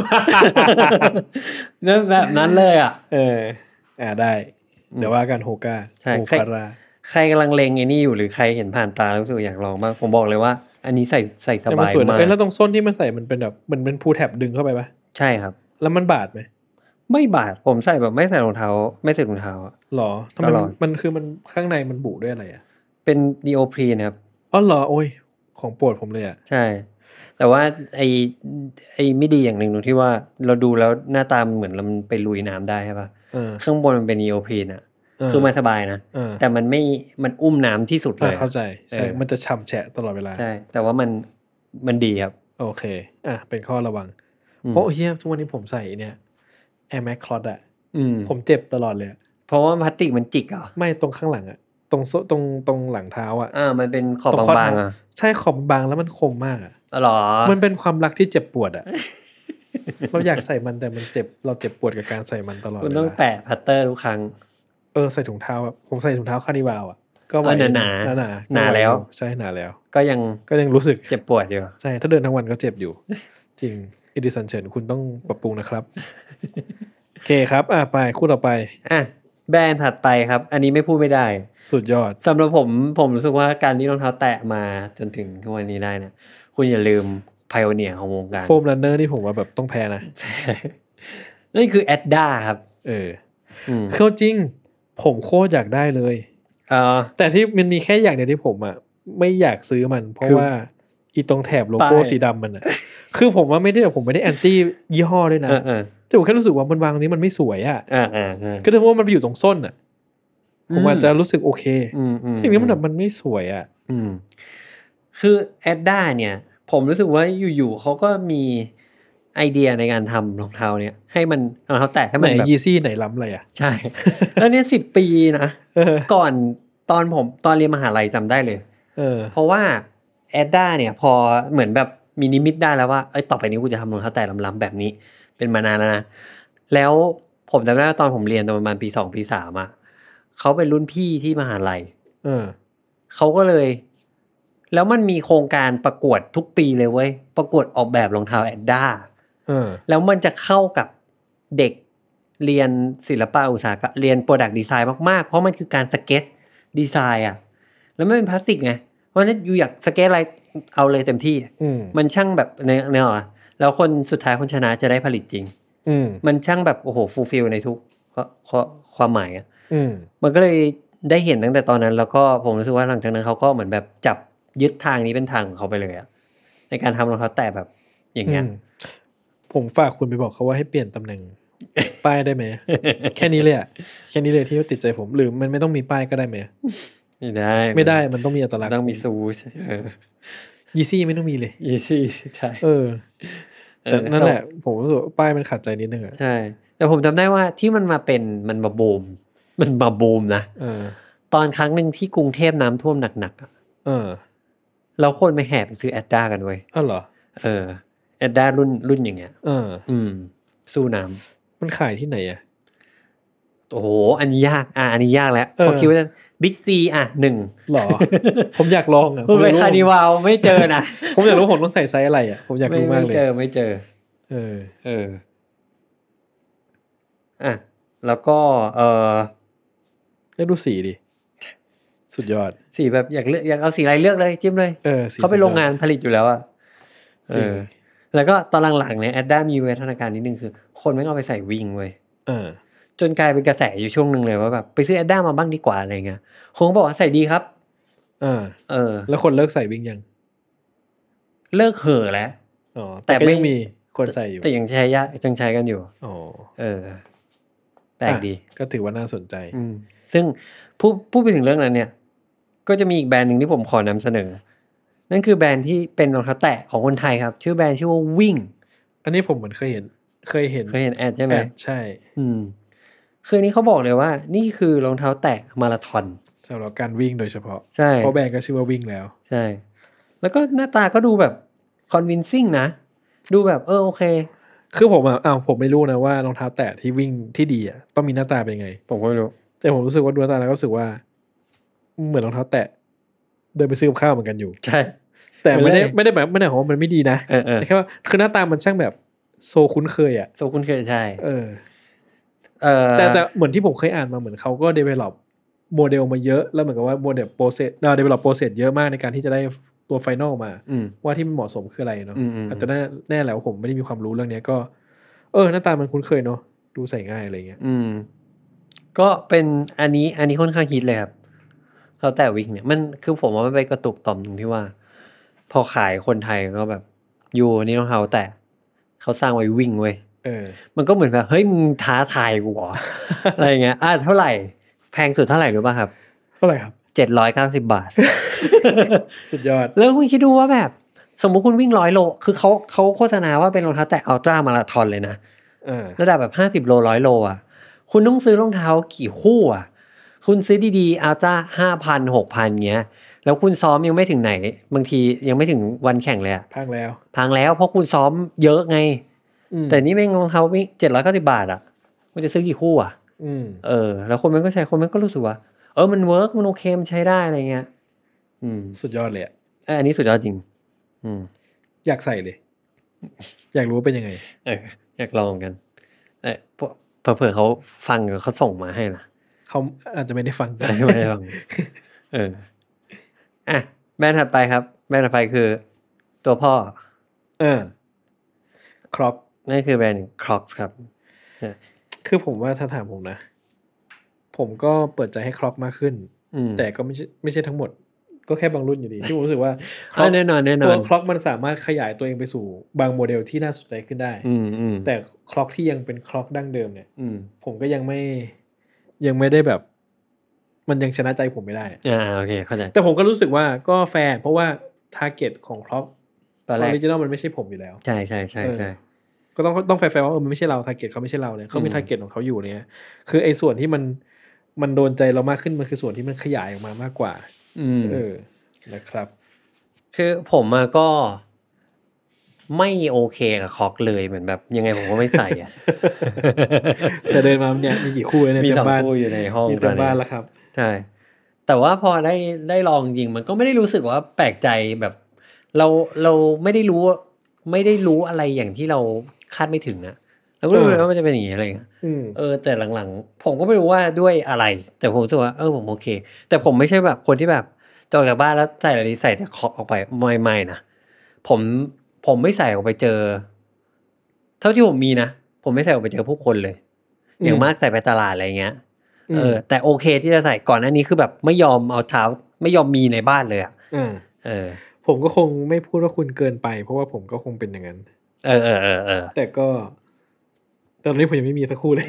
แบบนั้นเลยอ่ะได้เดี๋ยวว่ากันโฮก้าโฮคาร่าใครกำลังเลงไอ้นี่อยู่หรือใครเห็นผ่านตาแล้วรู้สึกอยากลองบ้างผมบอกเลยว่าอันนี้ใส่สบายมากแล้วตรงส้นที่มันใส่มันเป็นแบบมันเป็นพูแท็บดึงเข้าไปปะใช่ครับแล้วมันบาดไหมไม่บาดผมใส่แบบไม่ใส่รองเท้าไม่ใส่ถุงเท้าหรอทำไมมันคือมันข้างในมันบุด้วยอะไรอ่ะเป็นนีโอพรีนครับอ๋อเหรอโอ้ยของโปรดผมเลยอ่ะใช่แต่ว่าไอไม่ดีอย่างหนึ่งตรงที่ว่าเราดูแล้วหน้าตาเหมือนมันไปลุยน้ำได้ใช่ป่ะข้างบนมันเป็นนีโอพรีนอ่ะคือมันสบายนะแต่มันอุ้มน้ำที่สุดเลยเข้าใจใช่มันจะฉ่ำแฉะตลอดเวลาใช่แต่ว่ามันดีครับโอเคเป็นข้อระวังเพราะเฮียทุกวันนี้ผมใส่เนี่ยAir Max Clot อ่ะผมเจ็บตลอดเลยเพราะว่าพลาสติกมันจิกอ่ะไม่ตรงข้างหลังอ่ะตรงหลังเท้าอ่ะมันเป็นขอบบางๆอ่ะใช่ขอบบางแล้วมันคมมากอ่ะหรอมันเป็นความรักที่เจ็บปวดอ่ะ เราอยากใส่มันแต่มันเจ็บเราเจ็บปวดกับการใส่มันตลอดคุณต้องแตะพัตเตอร์ทุกครั้งใส่ถุงเท้าแบบผมใส่ถุงเท้าคาร์นิวาลอ่ะก็หนาแล้วใช่หนาแล้วก็ยังรู้สึกเจ็บปวดอยู่ใช่ถ้าเดินทั้งวันก็เจ็บอยู่จริงอิดิสันเฉินคุณต้องปรับปรุงนะครับโอเคครับไปคู่ต่อไปแบรนด์ถัดไปครับอันนี้ไม่พูดไม่ได้สุดยอดสำหรับผมรู้สึกว่าการที่รองเท้าแตะมาจนถึงทุกวันนี้ได้นะคุณอย่าลืมไพโอเนียร์ของวงการโฟมรันเนอร์นี่ผมว่าแบบต้องแพ้นะนั่นคือแอดด้าครับเข้าจริงผมโคตรอยากได้เลยแต่ที่มันมีแค่อย่างเดียวที่ผมไม่อยากซื้อมันเพราะว่าอีตรงแถบโลโก้สีดำมันคือผมว่าไม่ได้ผมไม่ได้แอนตี้ยี่ห้อด้วยนะแต่ผมแค่รู้สึกว่ามันวางนี้มันไม่สวยก็ถือว่ามันไปอยู่ตรงส้นผมอาจจะรู้สึกโอเคทีนี้มันไม่สวยคือแอดด้าเนี่ยผมรู้สึกว่าอยู่ๆเขาก็มีไอเดียในการทำรองเท้าเนี่ยให้มันรองเท้าแตะให้มันแบบยีซี่ไหนล้ำอะไรใช่แล้วเนี่ย10 ปีนะก่อนตอนเรียนมหาลัยจำได้เลยเพราะว่าแอดด้าเนี่ยพอเหมือนแบบมีนิมิตได้แล้วว่าต่อไปนี้กูจะทำรองเท้าแตะล้ำๆแบบนี้เป็นมานานแล้วนะแล้วผมจำได้ว่าตอนผมเรียนตอนประมาณปี2ปี3เขาเป็นรุ่นพี่ที่มหาลัยเขาก็เลยแล้วมันมีโครงการประกวดทุกปีเลยเว้ยประกวดออกแบบรองเท้าแอดด้าแล้วมันจะเข้ากับเด็กเรียนศิลปะอุตสาหกรรมเรียนโปรดักต์ดีไซน์มากๆเพราะมันคือการสเก็ตดีไซน์แล้วไม่เป็นพลาสติกไงเพราะฉะนั้นอยู่อยากสเก็ตอะไรเอาเลยเต็มที่มันช่างแบบเนี่ยแล้วคนสุดท้ายคนชนะจะได้ผลิตจริงมันช่างแบบโอ้โหฟูลฟิลในทุกความหมายมันก็เลยได้เห็นตั้งแต่ตอนนั้นแล้วก็ผมรู้สึกว่าหลังจากนั้นเขาก็เหมือนแบบจับยึดทางนี้เป็นทางของเขาไปเลยในการทำรองเท้าแตะแบบอย่างเงี้ยผมฝากคุณไปบอกเขาว่าให้เปลี่ยนตำแหน่งป้ายได้ไหม แค่นี้เลยแค่นี้เลยที่ติดใจผมหรือมันไม่ต้องมีป้ายก็ได้ไหมไม่ได้มันต้องมีอัตลักษณ์ต้องมีซูชยีซี่ไม่ต้องมีเลยยีซี่ใช่แต่นั่นแหละผมรู้สึกป้ายมันขัดใจนิดนึงใช่แต่ผมจำได้ว่าที่มันมาบูมนะตอนครั้งหนึ่งที่กรุงเทพน้ำท่วมหนักแล้วคนไปแห่ไปซื้อแอดด้ากันเว้ยเหรอแอดด้ารุ่นอย่างเงี้ยสู้น้ำมันขายที่ไหนโอ้โหอันนี้ยากอันนี้ยากแล้วพอคิดว่าบิ๊กซี1 หรอผมอยากลองผมไปคาร์นิวัลไม่เจอนะผมอยากรู้ผมต้องใส่ไซส์อะไรผมอยากรู้มากเลยไม่เจอแล้วก็ได้ดูสีดิสุดยอดสีแบบอยากเอาสีอะไรเลือกเลยจิ้มเลยเขาไปโรงงานผลิตอยู่แล้วแล้วก็ตอนหลังๆเนี่ยแอดด้ามีวิวัฒนาการนิดนึงคือคนไม่เอาไปใส่วิ่งเว้ยจนกลายเป็นกระแสอยู่ช่วงนึงเลยว่าแบบไปซื้อแอดด้ามาบ้างดีกว่าอะไรเงี้ยคงบอกว่าใส่ดีครับแล้วคนเลิกใส่วิ่งยังเลิกเห่อแล้วแต่ไม่มีคนใส่อยู่แต่ยังใช้กันอยู่แปลกดีก็ถือว่าน่าสนใจซึ่งพูดไปถึงเรื่องนั้นเนี่ยก็จะมีอีกแบรนด์นึงที่ผมขอนำเสนอนั่นคือแบรนด์ที่เป็นรองเท้าแตะของคนไทยครับชื่อแบรนด์ชื่อว่าวิ่งอันนี้ผมเหมือนเคยเห็นแอดใช่ไหมใช่คือนี้เขาบอกเลยว่านี่คือรองเท้าแตะมาราธอนสำหรับการวิ่งโดยเฉพาะใช่เพราะแบรนด์ก็ชื่อว่าวิ่งแล้วใช่แล้วก็หน้าตาก็ดูแบบ convincing นะดูแบบโอเคคือผมผมไม่รู้นะว่ารองเท้าแตะที่วิ่งที่ดีอ่ะต้องมีหน้าตาเป็นยังไงผมก็ไม่รู้แต่ผมรู้สึกว่าดูหน้าตาแล้วก็รู้สึกว่าเหมือนรองเท้าแตะเดินไปซื้อกับข้าวเหมือนกันอยู่ใช่แต่ไม่ได้แบบไม่ได้ของมันไม่ดีนะแต่แค่ว่าคือหน้าตามันช่างแบบโซคุ้นเคยอ่ะโซคุ้นเคยใช่แต่เหมือนที่ผมเคยอ่านมาเหมือนเขาก็ develop โมเดลมาเยอะแล้วเหมือนกับว่าโมเดลโปรเซสdevelop โปรเซสเยอะมากในการที่จะได้ตัวไฟนอลมาว่าที่มันเหมาะสมคืออะไรเนาะอาจจะแน่แหละว่าผมไม่ได้มีความรู้เรื่องนี้ก็หน้าตามันคุ้นเคยเนาะดูใส่ง่ายอะไรเงี้ยก็เป็นอันนี้ค่อนข้างฮิตเลยครับเขาแต่วิ่งเนี่ยมันคือผมว่ามันไปกระตุกต่อมตรงที่ว่าพอขายคนไทยก็แบบอยู่นี่รองเท้าแต่เขาสร้างไว้วิ่งเว้ยมันก็เหมือนแบบเฮ้ยมึงท้าทายกูเหรอ อะไรเงี้ยเท่าไหร่แพงสุดเท่าไหร่รู้ป่ะครับเท่าไหร่ครับ 790 บาทสุดยอดแล้วคุณคิดดูว่าแบบสมมุติคุณวิ่ง100 โลคือเขาโฆษณาว่าเป็นรองเท้าแตะอัลตร้ามาราธอนเลยนะระดับแบบ50 โล100 โลอ่ะคุณต้องซื้อรองเท้ากี่คู่อ่ะคุณซื้อดีๆอัลตร้า 5,000 6,000 เงี้ยแล้วคุณซ้อมยังไม่ถึงไหนบางทียังไม่ถึงวันแข่งเลยอ่ะพังแล้วเพราะคุณซ้อมเยอะไงแต่นี่แม่งรองเท้าวิ่ง790 บาทอ่ะคุณจะซื้อกี่คู่อ่ะแล้วคนมันก็ใช้คนมันก็รู้สึกว่ามันเวิร์กมันโอเคมันใช้ได้อะไรเงี้ยสุดยอดเลยอ่ะอันนี้สุดยอดจริงอยากใส่เลยอยากรู้ว่าเป็นยังไงอยากลองกันเผื่อเขาฟังเขาส่งมาให้นะเขาอาจจะไม่ได้ฟังไม่ได้ฟังแบรนด์ถัดไปครับแบรนด์ถัดไปคือตัวพ่อคร็อกนั่นคือแบรนด์คร็อกครับคือผมว่าถ้าถามผมนะผมก็เปิดใจให้คร็อกมากขึ้นแต่ก็ไม่ใช่ทั้งหมดก็แค่บางรุ่นอยู่ดีที่ผมรู้สึกว่าแน่นอนตัวคล็อกมันสามารถขยายตัวเองไปสู่บางโมเดลที่น่าสนใจขึ้นได้แต่คล็อกที่ยังเป็นคล็อกดั้งเดิมเนี่ยผมก็ยังไม่ได้แบบมันยังชนะใจผมไม่ได้โอเคเข้าใจแต่ผมก็รู้สึกว่าก็แฟร์เพราะว่าทาร์เก็ตของคล็อกตอนแรกออริจินอลมันไม่ใช่ผมอยู่แล้วใช่ก็ต้องแฟร์ว่ามันไม่ใช่เราทาร์เก็ตเขาไม่ใช่เราเนี่ยเขามีทาร์เก็ตของเขาอยู่เนี่ยคือไอ้ส่วนที่มันโดนใจเรามากขึ้นมันคือส่วนที่มันขยายออกมามากกว่านะครับคือผมก็ไม่โอเคกับคอกเลยเหมือนแบบยังไงผมก็ไม่ใส่แต่เดินมาเนี่ยมีกี่คู่เลยเนี่ยมี2 คู่อยู่ในห้องมีเต็มบ้านแล้วครับใช่แต่ว่าพอได้ลองจริงมันก็ไม่ได้รู้สึกว่าแปลกใจแบบเราไม่ได้รู้อะไรอย่างที่เราคาดไม่ถึงอะเราก็รู้เลยว่ามันจะเป็นอย่างนี้อะไรเงี้ยแต่หลังๆผมก็ไม่รู้ว่าด้วยอะไรแต่ผมรู้สึกว่าผมโอเคแต่ผมไม่ใช่แบบคนที่แบบออกจากบ้านแล้วใส่อะไรใส่แต่คอกออกไปไม่นะผมไม่ใส่ออกไปเจอเท่าที่ผมมีนะผมไม่ใส่ออกไปเจอผู้คนเลยอย่างมากใส่ไปตลาดอะไรเงี้ยแต่โอเคที่จะใส่ก่อนหน้านี้คือแบบไม่ยอมเอาเท้าไม่ยอมมีในบ้านเลยอ่ะผมก็คงไม่พูดว่าคุณเกินไปเพราะว่าผมก็คงเป็นอย่างนั้นแต่ก็ตอนนี้ผมยังไม่มีสักคู่เลย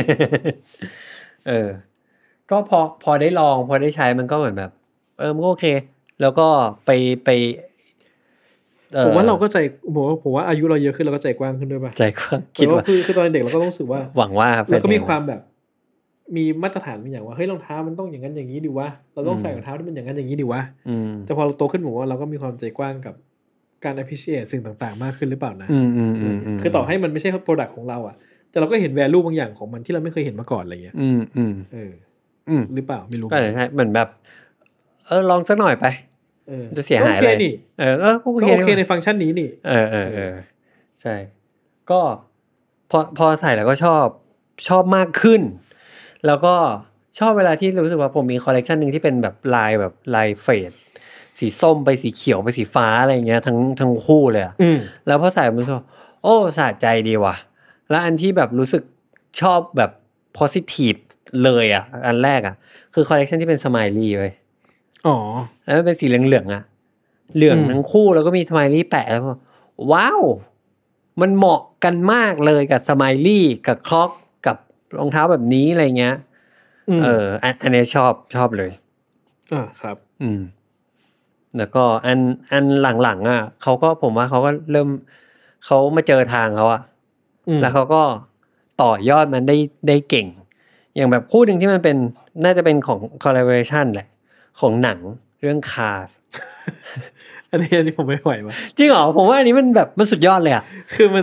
ก็พอได้ลองพอได้ใช้มันก็เหมือนแบบมันก็โอเคแล้วก็ไปผมว่าเราก็ใจผมว่าอายุเราเยอะขึ้นเราก็ใจกว้างขึ้นด้วยป่ะใจกว้างคิดว่าคือตอนเด็กเราก็ต้องรู้สึกว่าหวังว่าเราก็มีความแบบมีมาตรฐานเป็นอย่างว่าเฮ้ยรองเท้ามันต้องอย่างนั้นอย่างนี้ดิวะเราต้องใส่รองเท้าที่มันอย่างนั้นอย่างนี้ดิวะแต่พอเราโตขึ้นผมว่าเราก็มีความใจกว้างกับการ appreciate สิ่งต่างๆมากขึ้นหรือเปล่านะคือต่อให้มันไม่ใช่ product ของเราอ่ะแต่เราก็เห็น value บางอย่างของมันที่เราไม่เคยเห็นมาก่อนอะไรเงี้ยหรือเปล่าไม่รู้ใช่เหมือนแบบลองสักหน่อยไปจะเสียหายอะไรโอเคในฟังก์ชันนี้นี่ใช่ก็พอใส่แล้วก็ชอบมากขึ้นแล้วก็ชอบเวลาที่รู้สึกว่าผมมีคอลเลกชันนึงที่เป็นแบบลายเฟดสีส้มไปสีเขียวไปสีฟ้าอะไรเงี้ยทั้งคู่เลยอ่ะแล้วพอใส่มันก็สะใจดีว่ะแล้วอันที่แบบรู้สึกชอบแบบ positive เลยอ่ะอันแรกอ่ะคือคอลเลกชันที่เป็นสไมลี่เว้ยแล้วมันเป็นสีเหลืองๆอ่ะเหลืองทั้งคู่แล้วก็มีสไมลี่แปะแล้วว้าวมันเหมาะกันมากเลยกับสไมลี่กับคล็อกกับรองเท้าแบบนี้อะไรเงี้ยอันนี้ชอบเลยครับแล้วก็อันหลังๆอ่ะผมว่าเขาก็เริ่มเขามาเจอทางเขาอ่ะแล้วเขาก็ต่อยอดมันได้เก่งอย่างแบบคู่หนึ่งที่มันเป็นน่าจะเป็นของ collaboration แหละของหนังเรื่อง Cars อันนี้ผมไม่ไหวว่ะจริงเหรอผมว่าอันนี้มันแบบมันสุดยอดเลยอ่ะคือมัน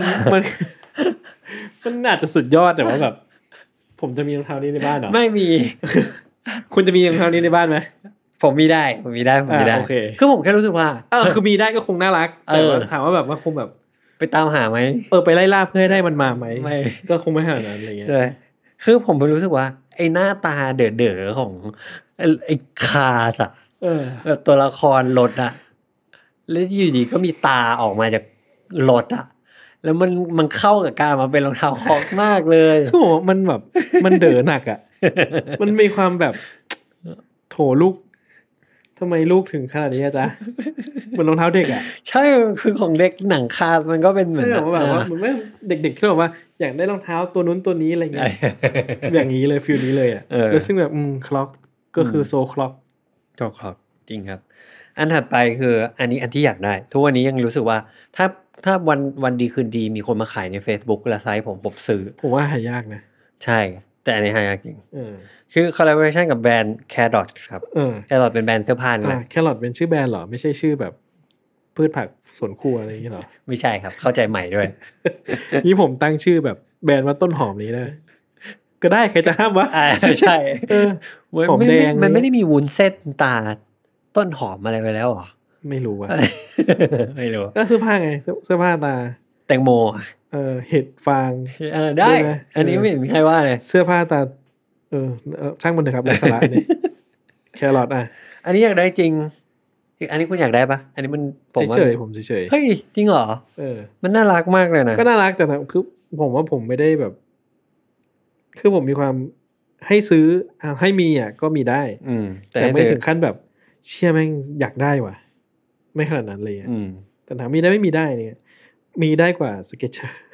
อาจจะสุดยอดแต่ว่าแบบผมจะมีรองเท้านี้ในบ้านเหรอไม่มีคุณจะมีรองเท้านี้ในบ้านไหมผมมีได้โอเคคือผมแค่รู้สึกว่าคือมีได้ก็คงน่ารักแต่ว่าถามว่าแบบว่าคงแบบไปตามหาไหมไปไล่ล่าเพื่อให้ได้มันมาไหมก็คงไม่ขนาดนั้นอะไรเงี้ยคือผมรู้สึกว่าไอ้หน้าตาเด๋อๆของไอ้คาสอะแบบตัวละครรถอะแล้วอยู่ดีก็มีตาออกมาจากรถอะแล้วมันเข้ากับการมาเป็นรองเท้าคอกมากเลยโอ้มันแบบมันเด๋อหนักอะมันมีความแบบโถลูกทำไมลูกถึงขนาดนี้จ๊ะเหมือนรองเท้าเด็กอ่ะใช่คือของเด็กหนังคาดมันก็เป็นเหมือนแบบว่าเหมือนไม่เด็กๆที่บอกว่าอยากได้รองเท้าตัวนู้นตัวนี้อะไรเงี้ยอย่างนี้เลยฟิลนี้เลยอ่ะแล้วซึ่งแบบคล็อกก็คือโซคล็อกจริงครับอันถัดไปคืออันนี้อันที่อยากได้ทุกวันนี้ยังรู้สึกว่าถ้าวันดีคืนดีมีคนมาขายใน Facebook และไซต์ผมซื้อผมว่าหายากนะใช่แต่อันนี้หายากจริงคือ collaboration กับแบรนด์ Carrot ครับCarrot เป็นแบรนด์เสื้อผ้านี่แหละ Carrot เป็นชื่อแบรนด์เหรอไม่ใช่ชื่อแบบพืชผักสวนครัวอะไรอย่างเงี้ยหรอไม่ใช่ครับเข้าใจใหม่ด้วยนี่ผมตั้งชื่อแบบแบรนด์ว่าต้นหอมนี้นะก็ได้ใครจะห้ามวะใช่หอมแดงมันไม่ได้มีวุ้นเส้นตาต้นหอมอะไรไปแล้วหรอไม่รู้ว่ะไม่รู้ก็เสื้อผ้าไงเสื้อผ้าตาแตงโมเห็ดฟางได้อันนี้ไม่เห็นมีใครว่าเลยเสื้อผ้าตาช่างมันเถอะครับไร้สาระนี่แครอทอันนี้อยากได้จริงอันนี้คุณอยากได้ปะอันนี้มันผมเฉยเฮ้ยจริงเหรอมันน่ารักมากเลยนะก็น่ารักแต่คือผมว่าผมไม่ได้แบบคือผมมีความให้ซื้อให้มีอ่ะก็มีได้แต่ไม่ถึงขั้นแบบเชี่ยแม่งอยากได้ว่ะไม่ขนาดนั้นเลยแต่ถามมีได้ไม่มีได้เนี่ยมีได้กว่าสเก็ตเชอร์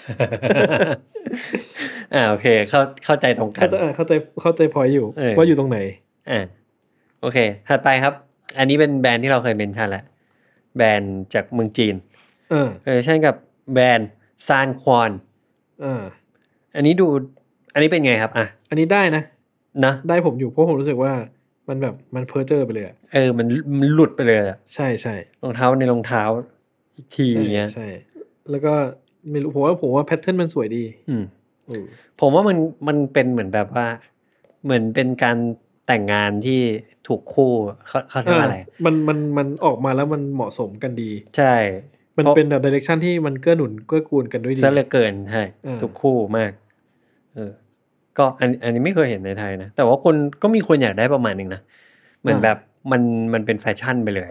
โอเคเข้าใจตรงกันเข้าใจพออยู่ว่าอยู่ตรงไหนโอเคถัดไปครับอันนี้เป็นแบรนด์ที่เราเคยเมนชั่นแล้วแบรนด์จากเมืองจีนเช่นกับแบรนด์ซานควอนอันนี้เป็นไงครับอันนี้ได้นะได้ผมอยู่เพราะผมรู้สึกว่ามันแบบมันเพ้อเจ้อไปเลยมันหลุดไปเลยใช่รองเท้าในรองเท้าอีกทีอย่างเงี้ยใช่แล้วก็ไม่รู้ผมว่าแพทเทิร์นมันสวยดีผมว่ามันเป็นเหมือนแบบว่าเหมือนเป็นการแต่งงานที่ถูกคู่เขาเรียกว่าอะไรมันออกมาแล้วมันเหมาะสมกันดีใช่มันเป็นแบบดิเรกชันที่มันเกื้อหนุนเกื้อกูลกันด้วยดีซะเหลือเกินใช่ถูกคู่มากก็อันนี้ไม่เคยเห็นในไทยนะแต่ว่าคนก็มีคนอยากได้ประมาณนึงนะเหมือนแบบมันเป็นแฟชั่นไปเลย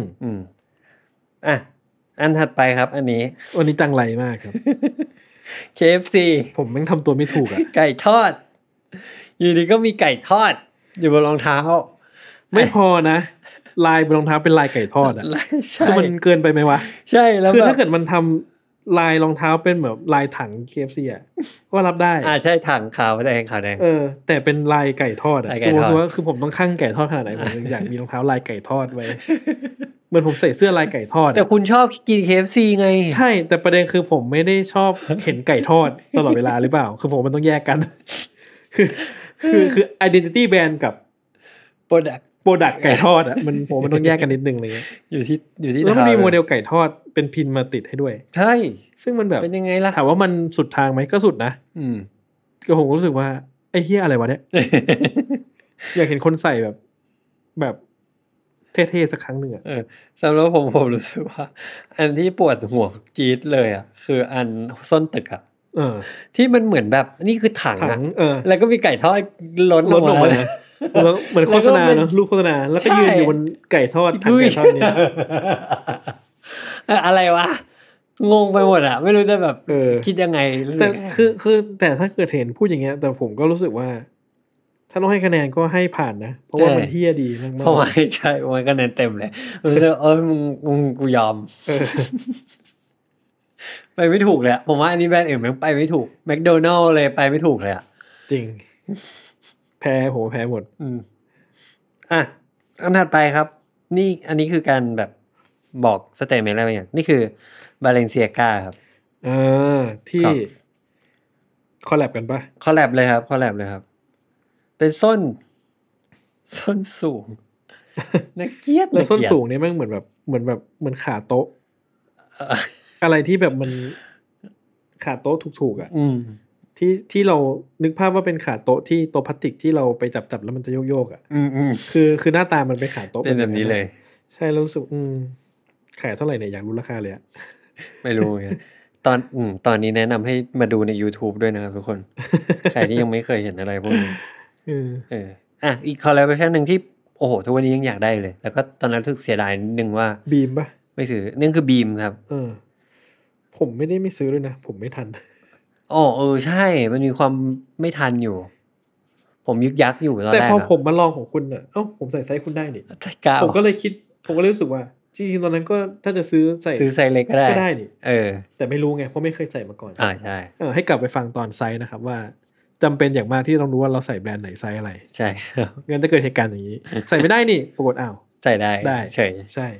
อันถัดไปครับอันนี้วันนี้จังไรมากครับ KFC ผมแม่งทำตัวไม่ถูกไก่ทอดอยู่ดีก็มีไก่ทอดอยู่บนรองเท้าไม่พอนะลายบนรองเท้าเป็นลายไก่ทอดคือมันเกินไปไหมวะใช่แล้วคือถ้าเกิดมันทำลายรองเท้าเป็นแบบลายถัง KFC ก็รับได้ใช่ถังขาวแดงขาวแดงแต่เป็นลายไก่ทอดคือผมรู้สึกว่าคือผมต้องคั่งไก่ทอดขนาดไหนผมอยากมีรองเท้าลายไก่ทอดไว้เหมือนผมใส่เสื้อลายไก่ทอดแต่คุณชอบกิน KFC ไงใช่แต่ประเด็นคือผมไม่ได้ชอบเห็นไก่ทอดตลอดเวลาหรือเปล่าคือผมมันต้องแยกกันคือ identity brand กับ product ไก่ทอดมันต้องแยกกันนิดนึงเลยอยู่ที่แล้วมันมีโมเดลไก่ทอดเป็นพินมาติดให้ด้วยใช่ซึ่งมันแบบเป็นยังไงล่ะถามว่ามันสุดทางไหมก็สุดนะก็ผมรู้สึกว่าไอ้เหี้ยอะไรวะเนี่ยอยากเห็นคนใส่แบบเท่ๆสักครั้งหนึ่งสำหรับผมรู้สึกว่าอันที่ปวดหัวจี๊ดเลยคืออันส้นตึกที่มันเหมือนแบบนี่คือถังแล้วก็มีไก่ทอดล้นลงมาเหมือนโฆษณาเนอะรูปโฆษณาแล้วก็ยืนอยู่บนไก่ทอดถังไก่ทอดเนี่ยอะไรวะงงไปหมดไม่รู้จะแบบคิดยังไงแต่คือแต่ถ้าเกิดเห็นพูดอย่างเงี้ยแต่ผมก็รู้สึกว่าถ้าต้องให้คะแนนก็ให้ผ่านนะเพราะว่ามันเหี้ยดีมากๆเพราะว่าใช่มันคะแนนเต็มเลยมึงกูยอมไปไม่ถูกเลยผมว่าอันนี้แบรนด์อื่นมันไปไม่ถูกแมคโดนัลด์เลยไปไม่ถูกเลยจริงแพ้หมดอันถัดไปครับนี่อันนี้คือการแบบบอกสเตทเมนต์อะไรบางอย่างนี่คือบาเลนเซียก้าครับที่คอลแลบกันปะคอลแลบเลยครับเป็นส้นสูงน่าเกลียดแล้วส้นสูงนี่แม่งเหมือนขาโต๊ะอะไรที่แบบมันขาโต๊ะถูกๆอ่ะที่เรานึกภาพว่าเป็นขาโต๊ะที่โต๊ะพลาสติกที่เราไปจับแล้วมันจะโยกๆอ่ะคือหน้าตามันเป็นขาโต๊ะเป็นแบบนี้เลยใช่รู้สึกขายเท่าไหร่เนี่ยอยากรู้ราคาเลยอ่ะไม่รู้ไงตอนนี้แนะนำให้มาดูใน YouTube ด้วยนะครับทุกคนใครที่ยังไม่เคยเห็นอะไรพวกนี้อีกคอลแลบอเรชั่นนึงที่โอ้โหทุกวันนี้ยังอยากได้เลยแล้วก็ตอนนั้นรู้สึกเสียดายนิดนึงว่าบีมป่ะไม่ซื้อนี่คือบีมครับผมไม่ซื้อด้วยนะผมไม่ทันใช่มันมีความไม่ทันอยู่ผมยึกยักอยู่ตอนแรกแต่พอผมมาลองของคุณอ่ะผมใส่ไซส์คุณได้นี่ผมก็เลยรู้สึกว่าจริงๆตอนนั้นก็ถ้าจะซื้อไซส์เล็กก็ได้นี่แต่ไม่รู้ไงเพราะไม่เคยใส่มาก่อนใช่ให้กลับไปฟังตอนไซส์นะครับว่าจำเป็นอย่างมากที่ต้องรู้ว่าเราใส่แบรนด์ไหนไซส์อะไรใช่งั้นจะเกิดเหตุการณ์อย่างนี้ใส่ไม่ได้นี่ปรากฏใส่ได้ใช่ใช่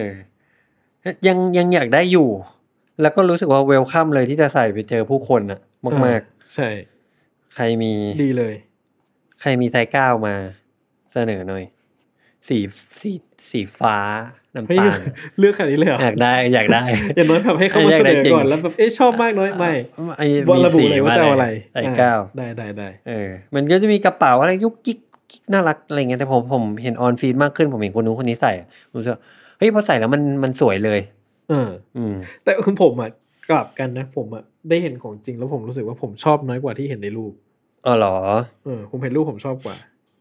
ยังอยากได้อยู่แล้วก็รู้สึกว่าเวลคัมเลยที่จะใส่ไปเจอผู้คนอ่ะมากๆใช่ใครมีดีเลยใครมีไซส์9มาเสนอหน่อยสีฟ้าน้ำตาลเลือกขนาดนี้เลยเหรออยากได้อย่างน้อยแบบให้เขามาเสนอก่อนแล้วแบบชอบมากน้อยไม่มีระบุเลยว่าจะเอาอะไรไซส์9 ได้มันก็จะมีกระเป๋าอะไรยุกกิ๊กน่ารักอะไรเงี้ยแต่ผมเห็นออนฟีดมากขึ้นผมเห็นคนนู้นคนนี้ใส่รู้สึกเฮ้ยพอใส่แล้วมันสวยเลยแต่คือผมอ่ะกลับกันนะผมอ่ะได้เห็นของจริงแล้วผมรู้สึกว่าผมชอบน้อยกว่าที่เห็นในรูปเหรอผมเห็นรูปผมชอบกว่า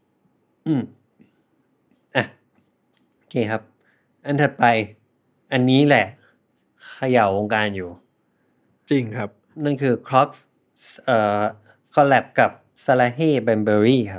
โอเคครับอันถัดไปอันนี้แหละเขย่าวงการอยู่จริงครับนั่นคือ Crocs คอลแลบกับ Salehe Bembury ครับ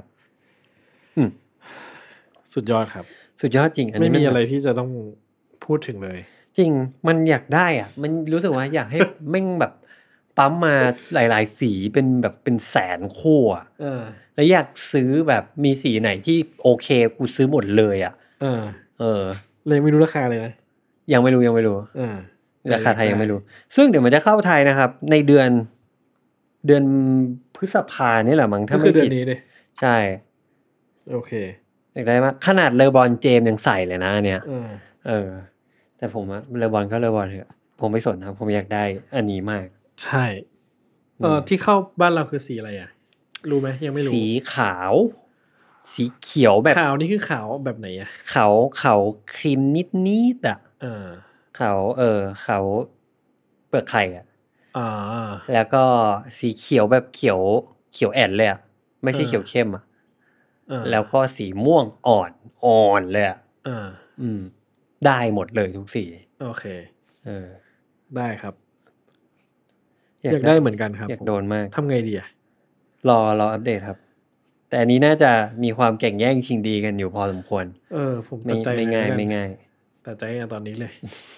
สุดยอดครับสุดยอดจริงอันนี้ไม่มีอะไรที่จะต้องพูดถึงเลยจริงมันอยากได้อ่ะมันรู้สึกว่าอยากให้แม่งแบบปั๊มมาหลายๆสีเป็นแสนคู่อ่ะแล้วอยากซื้อแบบมีสีไหนที่โอเคกูซื้อหมดเลยอ่ะเลยไม่รู้ราคาเลยนะยังไม่รู้ราคาไทยยังไม่รู้ซึ่งเดี๋ยวมันจะเข้าไทยนะครับในเดือนพฤษภานี่แหละมั้งถ้าไม่ผิดใช่โอเคอยากได้มากขนาดเลบอนเจมยังใส่เลยนะเนี่ยแต่ผมอะเลบอนก็เลบอนเถอะผมไม่สนนะผมอยากได้อันนี้มากใช่ที่เข้าบ้านเราคือสีอะไรอ่ะรู้ไหมยังไม่รู้สีขาวสีเขียวแบบขาวนี่คือขาวแบบไหนอ่ะขาวครีมนิดอ่ะขาวขาวเปลือกไข่อ่ะแล้วก็สีเขียวแบบเขียวแอนเลยอ่ะไม่ใช่เขียวเข้มอ่ะแล้วก็สีม่วงอ่อนเลยอ่ะได้หมดเลยทุกสีโอเคได้ครับอยากได้เหมือนกันครับอยากโดนมากทำไงดีอ่ะรออัปเดตครับแต่อันนี้น่าจะมีความแข่งแย่งชิงดีกันอยู่พอสมควรผมตัดใจไม่ง่ายตัดใจตอนนี้เลย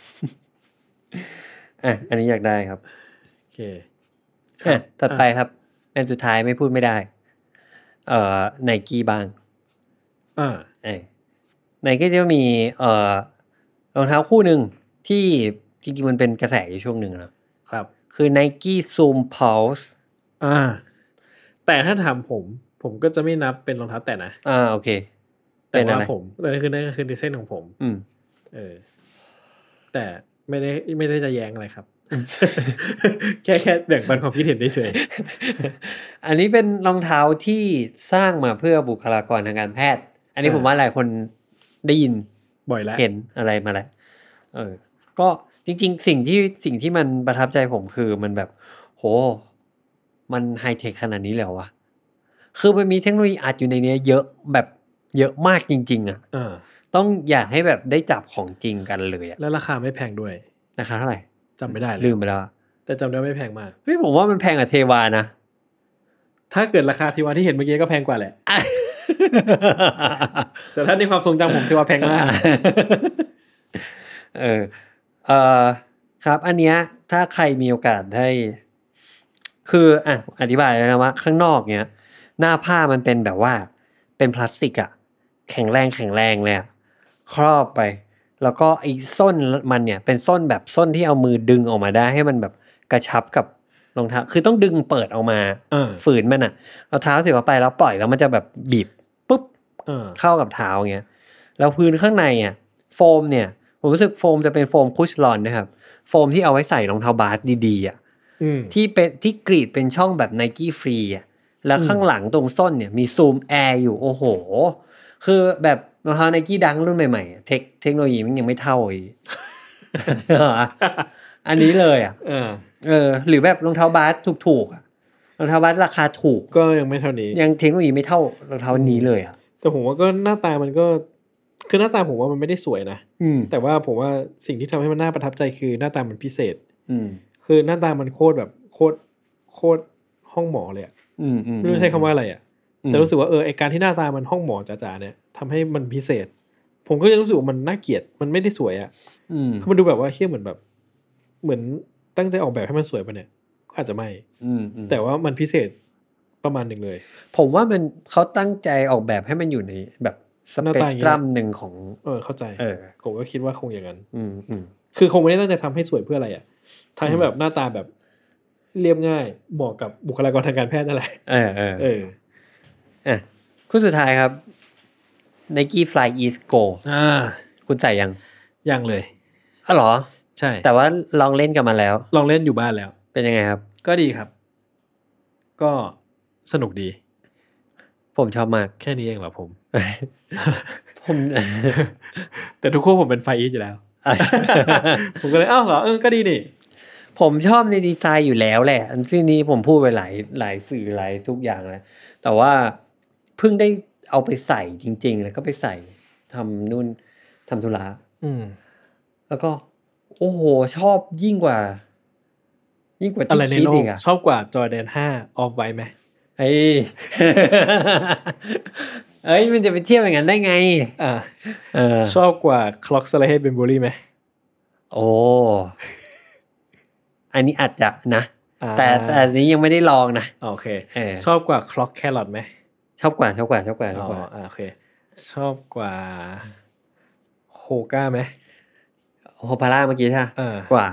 อันนี้อยากได้ครับโอเคถัดไปครับอันสุดท้ายไม่พูดไม่ได้Nike บ้างNike จะมีรองเท้าคู่หนึ่งที่จริงๆมันเป็นกระแสอยู่ช่วงหนึ่งนะครับคือ Nike Zoom Pulse แต่ถ้าถามผมก็จะไม่นับเป็นรองเท้าแตะนะโอเคแต่ว่าผมนั่นคือดีไซน์ของผมแต่ไม่ได้จะแย้งอะไรครับ แค่แบ่งปันความคิดเห็นเฉยๆอันนี้เป็นรองเท้าที่สร้างมาเพื่อบุคลากรทางการแพทย์อันนี้ผมว่าหลายคนได้ยินบ่อยแล้วเห็นอะไรมาแล้วก็จริงๆสิ่งที่มันประทับใจผมคือมันแบบโหมันไฮเทคขนาดนี้แล้ววะคือมันมีเทคโนโลยีอัดอยู่ในนี้เยอะแบบเยอะมากจริงๆอ่ะต้องอยากให้แบบได้จับของจริงกันเลยอ่ะแล้วราคาไม่แพงด้วยราคาเท่าไหร่จำไม่ได้ลืมไปแล้วแต่จำได้ไม่แพงมากเฮ้ยผมว่ามันแพงกว่าเทวานะถ้าเกิดราคาเทวาที่เห็นเมื่อกี้ก็แพงกว่าแหละแต่ถ้าในความทรงจำผมเทวาแพงมากครับอันเนี้ยถ้าใครมีโอกาสได้คืออธิบายนะว่าข้างนอกเนี้ยหน้าผ้ามันเป็นแบบว่าเป็นพลาสติกอ่ะแข็งแรงเลยอ่ะครอบไปแล้วก็ไอ้ส้นมันเนี่ยเป็นส้นแบบส้นที่เอามือดึงออกมาได้ให้มันแบบกระชับกับรองเท้าคือต้องดึงเปิดออกมาฝืนมันอ่ะเอาเท้าเสียบไปแล้วปล่อยแล้วมันจะแบบบีบปุ๊บเข้ากับเท้าอย่างเงี้ยแล้วพื้นข้างในอ่ะโฟมเนี่ยผมรู้สึกโฟมจะเป็นโฟมคุชลอนนะครับโฟมที่เอาไว้ใส่รองเท้าบาสดีๆอ่ะที่เป็นที่กรีดเป็นช่องแบบ Nike Free อ่ะแล้วข้างหลังตรงส้นเนี่ยมีซูมแอร์อยู่โอ้โหคือแบบรองเท้า Nike ดังรุ่นใหม่ๆเทคโนโลยีมันยังไม่เท่าอีก อันนี้เลยอ่ะหรือแบบรองเท้าบาสถูกๆอ่ะรองเท้าบาสราคาถูกก็ยังไม่เท่านี้ยังเทคโนโลยีไม่เท่ารองเท้านี้เลยอ่ะแต่ผมว่าก็หน้าตามันก็คือหน้าตาผมว่ามันไม่ได้สวยนะแต่ว่าผมว่าสิ่งที่ทำให้มันน่าประทับใจคือหน้าตามันพิเศษคือหน้าตามันโคตรแบบโคตรห้องหมอเลยอ่ะไม่รู้ใช้คำว่าอะไรอ่ะแต่รู้สึกว่าไอการที่หน้าตามันห้องหมอจ๋าๆเนี่ยทำให้มันพิเศษผมก็ยังรู้สึกว่ามันน่าเกลียดมันไม่ได้สวยอ่ะคือมันดูแบบว่าเหี้ยเหมือนตั้งใจออกแบบให้มันสวยป่ะเนี่ยก็อาจจะไม่แต่ว่ามันพิเศษประมาณหนึ่งเลยผมว่ามันเขาตั้งใจออกแบบให้มันอยู่ในแบบสเปกตรัมหนึ่งของเข้าใจผมก็คิดว่าคงอย่างนั้นคือคงไม่ได้ตั้งใจทำให้สวยเพื่ออะไรอ่ะทำให้แบบหน้าตาแบบเรียบง่ายเหมาะกับบุคลากรทางการแพทย์นั่นแหละคู่สุดท้ายครับ Nike Fly East Go คุณใส่ยังเลยเหรอใช่แต่ว่าลองเล่นกับมันแล้วลองเล่นอยู่บ้านแล้วเป็นยังไงครับก็ดีครับก็สนุกดีผมชอบมากแค่นี้เองเหรอผม แต่ทุกคู่ผมเป็นไฟอีทอยู่แล้ว ผมก็เลยเหรอก็ดีนี่ผมชอบในดีไซน์อยู่แล้วแหละอันที่นี้ผมพูดไปหลายสื่อหลายทุกอย่างแล้วแต่ว่าเพิ่งได้เอาไปใส่จริงๆแล้วก็ไปใส่ทำนู่นทำธุระแล้วก็โอ้โหชอบยิ่งกว่าที่คิดอีกอ่ะชอบกว่า Jordan 5 Off White ไหมเฮ้ยมันจะไปเทียบอย่างนั้นได้ไงชอบกว่า Crocs Slate Benbury ไหมโอ้อันนี้อาจจะนะแต่อันนี้ยังไม่ได้ลองนะโอเคชอบกว่า Crocs Carrot ไหมชอบกว่าโอเคชอบกว่า Hoka ไหมโฮพาร่าเมื่อกี้ใช่กว่า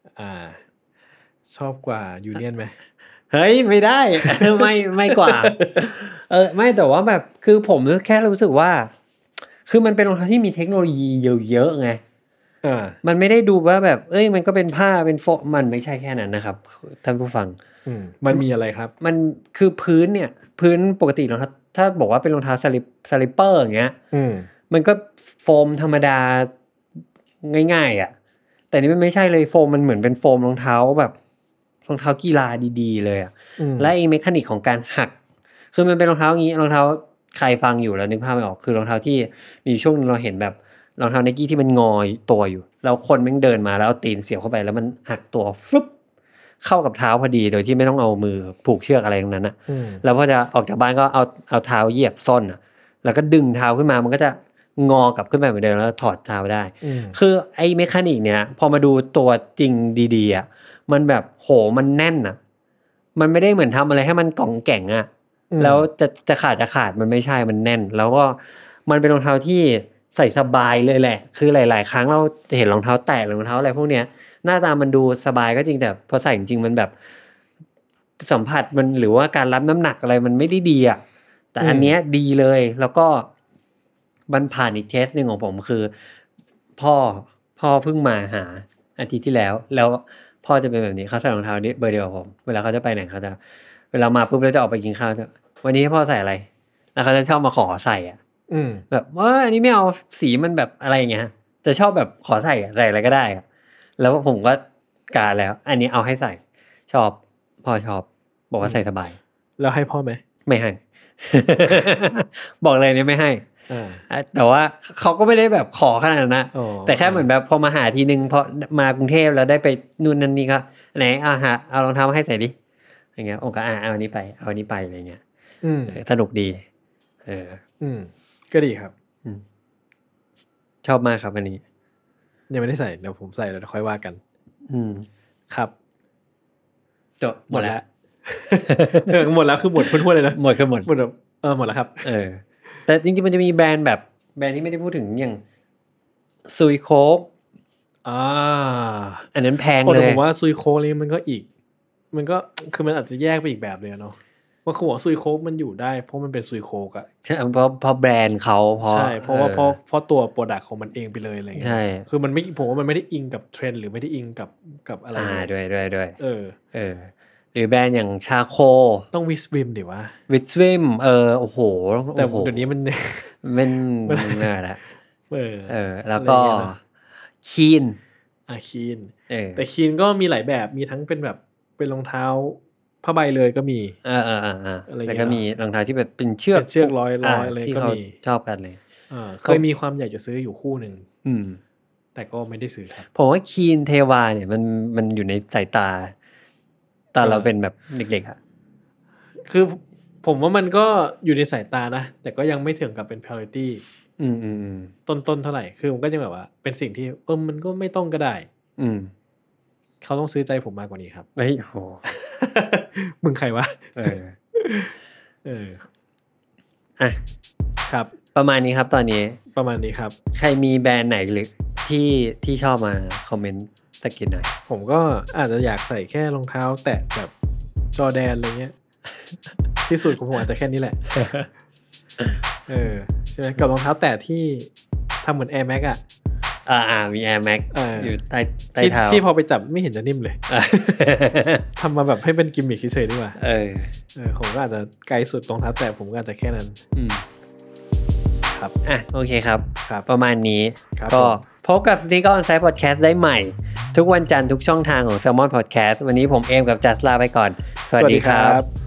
ชอบกว่า Union ไหมเฮ้ยไม่ได้ ไม่กว่าไม่แต่ว่าแบบคือผมแค่รู้สึกว่าคือมันเป็นรองเท้าที่มีเทคโนโลยีเยอะๆไงมันไม่ได้ดูว่าแบบมันก็เป็นผ้าเป็นโฟมมันไม่ใช่แค่นั้นนะครับท่านผู้ฟังมันมีอะไรครับมันคือพื้นเนี่ยพื้นปกติรองเท้าถ้าบอกว่าเป็นรองเท้าสลิปเปอร์อย่างเงี้ยมันก็โฟมธรรมดาง่ายๆอ่ะแต่นี่มันไม่ใช่เลยโฟมมันเหมือนเป็นโฟมรองเท้าแบบรองเท้ากีฬาดีๆเลยอ่ะและไอ้เมคานิกของการหักคือมันเป็นรองเท้าอย่างงี้รองเท้าใครฟังอยู่แล้วนึกภาพไม่ออกคือรองเท้าที่มีช่วงนึงเราเห็นแบบรองเท้า Nike ที่มันงอตัวอยู่แล้วคนแม่งเดินมาแล้วเอาตีนเสียบเข้าไปแล้วมันหักตัวฟึบเข้ากับเท้าพอดีโดยที่ไม่ต้องเอามือผูกเชือกอะไรตรงนั้นนะแล้วพอจะออกจากบ้านก็เอาเท้าเหยียบส้นอ่ะแล้วก็ดึงเท้าขึ้นมามันก็จะงอกลับขึ้นไปเหมือนเดิมแล้วถอดเท้าได้คือไอ้เมคานิกเนี้ยพอมาดูตัวจริงดีๆอ่ะมันแบบโหมันแน่นอ่ะมันไม่ได้เหมือนทำอะไรให้มันกล่องแก่งอ่ะแล้วจะขาดมันไม่ใช่มันแน่นแล้วก็มันเป็นรองเท้าที่ใส่สบายเลยแหละคือหลายๆครั้งเราจะเห็นรองเท้าแตะหรือรองเท้าอะไรพวกเนี้ยหน้าตามันดูสบายก็จริงแต่พอใส่จริงๆมันแบบสัมผัสมันหรือว่าการรับน้ำหนักอะไรมันไม่ได้ดีอ่ะแต่อันเนี้ยดีเลยแล้วก็มันผ่านอีกเทสนึงของผมคือพ่อเพิ่งมาหาอาทิตย์ที่แล้วพ่อจะเป็นแบบนี้เขาใส่รองเท้าเบอร์เดียวกับผมเวลาเขาจะไปไหนเขาจะเวลามาปุ๊บแล้วจะออกไปกินข้าววันนี้พ่อใส่อะไรแล้วเขาจะชอบมาขอใส่อ่ะแบบว่าอันนี้ไม่เอาสีมันแบบอะไรอย่างเงี้ยจะชอบแบบขอใส่อะไรก็ได้อ่ะแล้วผมก็กาแล้วอันนี้เอาให้ใส่ชอบพ่อชอบบอกว่าใส่สบายแล้วให้พ่อไหมไม่ให้ บอกเลยเนี่ยไม่ให้แต่ว่าเขาก็ไม่ได้แบบขอขนาดนั้นนะแต่แค่เหมือนแบบพอมาหาทีนึงพอมากรุงเทพแล้วได้ไปนู่นนั่นนี่ก็ไหนเอารองเท้ามาให้ใส่ดิอย่างเงี้ยก็เอาอันนี้ไปอะไรเงี้ยสนุกดีก็ดีครับชอบมากครับอันนี้ยังไม่ได้ใส่เดี๋ยวผมใส่แล้วค่อยว่ากันครับจบหมดแล้วหมดแล้วคือหมดพุ่นๆเลยนะหมดคือหมดแบบหมดแล้วครับแต่จริงๆมันจะมีแบรนด์ที่ไม่ได้พูดถึงอย่างซุยโคกอันนั้นแพงเลยผมว่าซุยโคกนี่มันก็คือมันอาจจะแยกไปอีกแบบเลยเนาะว่าหัวซุยโค้กมันอยู่ได้เพราะมันเป็นซุยโค้กอ่ะใช่เพราะแบรนด์เขาใช่เพราะว่าเพราะตัวโปรดักต์ของมันเองไปเลยอะไรเงี้ยใช่คือมันไม่ผมว่ามันไม่ได้อิงกับเทรนด์หรือไม่ได้อิงกับอะไรด้วยหรือแบรนด์อย่างชาโคต้องวิสวิมดิวะวิสวิมโอ้โหแต่เดี๋ยวนี้มันน่าละแล้วก็คีนคีนแต่คีนก็มีหลายแบบมีทั้งเป็นแบบเป็นรองเท้าผ้าใบเลยก็มีแล้วก็มีรองเท้าที่แบบเป็นเชือกร้อยอะไรก็มีชอบกันเลยเคยมีความอยากจะซื้ออยู่คู่หนึ่งแต่ก็ไม่ได้ซื้อครับผมว่าคีนเทวาเนี่ยมันอยู่ในสายตาตอนเราเป็นแบบเด็กๆอ่ะคือผมว่ามันก็อยู่ในสายตานะแต่ก็ยังไม่ถึงกับเป็น priority ต้นเท่าไหร่คือผมก็จะแบบว่าเป็นสิ่งที่มันก็ไม่ต้องก็ได้เขาต้องซื้อใจผมมากกว่านี้ครับเฮ้ยโหมึงใครวะอ่ะครับประมาณนี้ครับตอนนี้ประมาณนี้ครับใครมีแบรนด์ไหนหรือที่ชอบมาคอมเมนต์ตะกี้หน่อยผมก็อาจจะอยากใส่แค่รองเท้าแตะแบบจอร์แดนอะไรเงี้ยที่สุดของผมอาจจะแค่นี้แหละใช่ไหมกับรองเท้าแตะที่ทำเหมือน Air Max อ่ะมี Air Max อยู่ใต้เท้าที่พอไปจับไม่เห็นจะนิ่มเลยทำมาแบบให้เป็นกิมมิคเฉยๆดีกว่าผมก็อาจจะไกลสุดรองเท้าแตะผมก็อาจจะแค่นั้นครับโอเคครับประมาณนี้ก็พบกับ Sneaker On Site Podcast ได้ใหม่ทุกวันจันทร์ทุกช่องทางของ Salmon Podcast วันนี้ผมเอมกับจัสลาไปก่อนสวัสดีครับ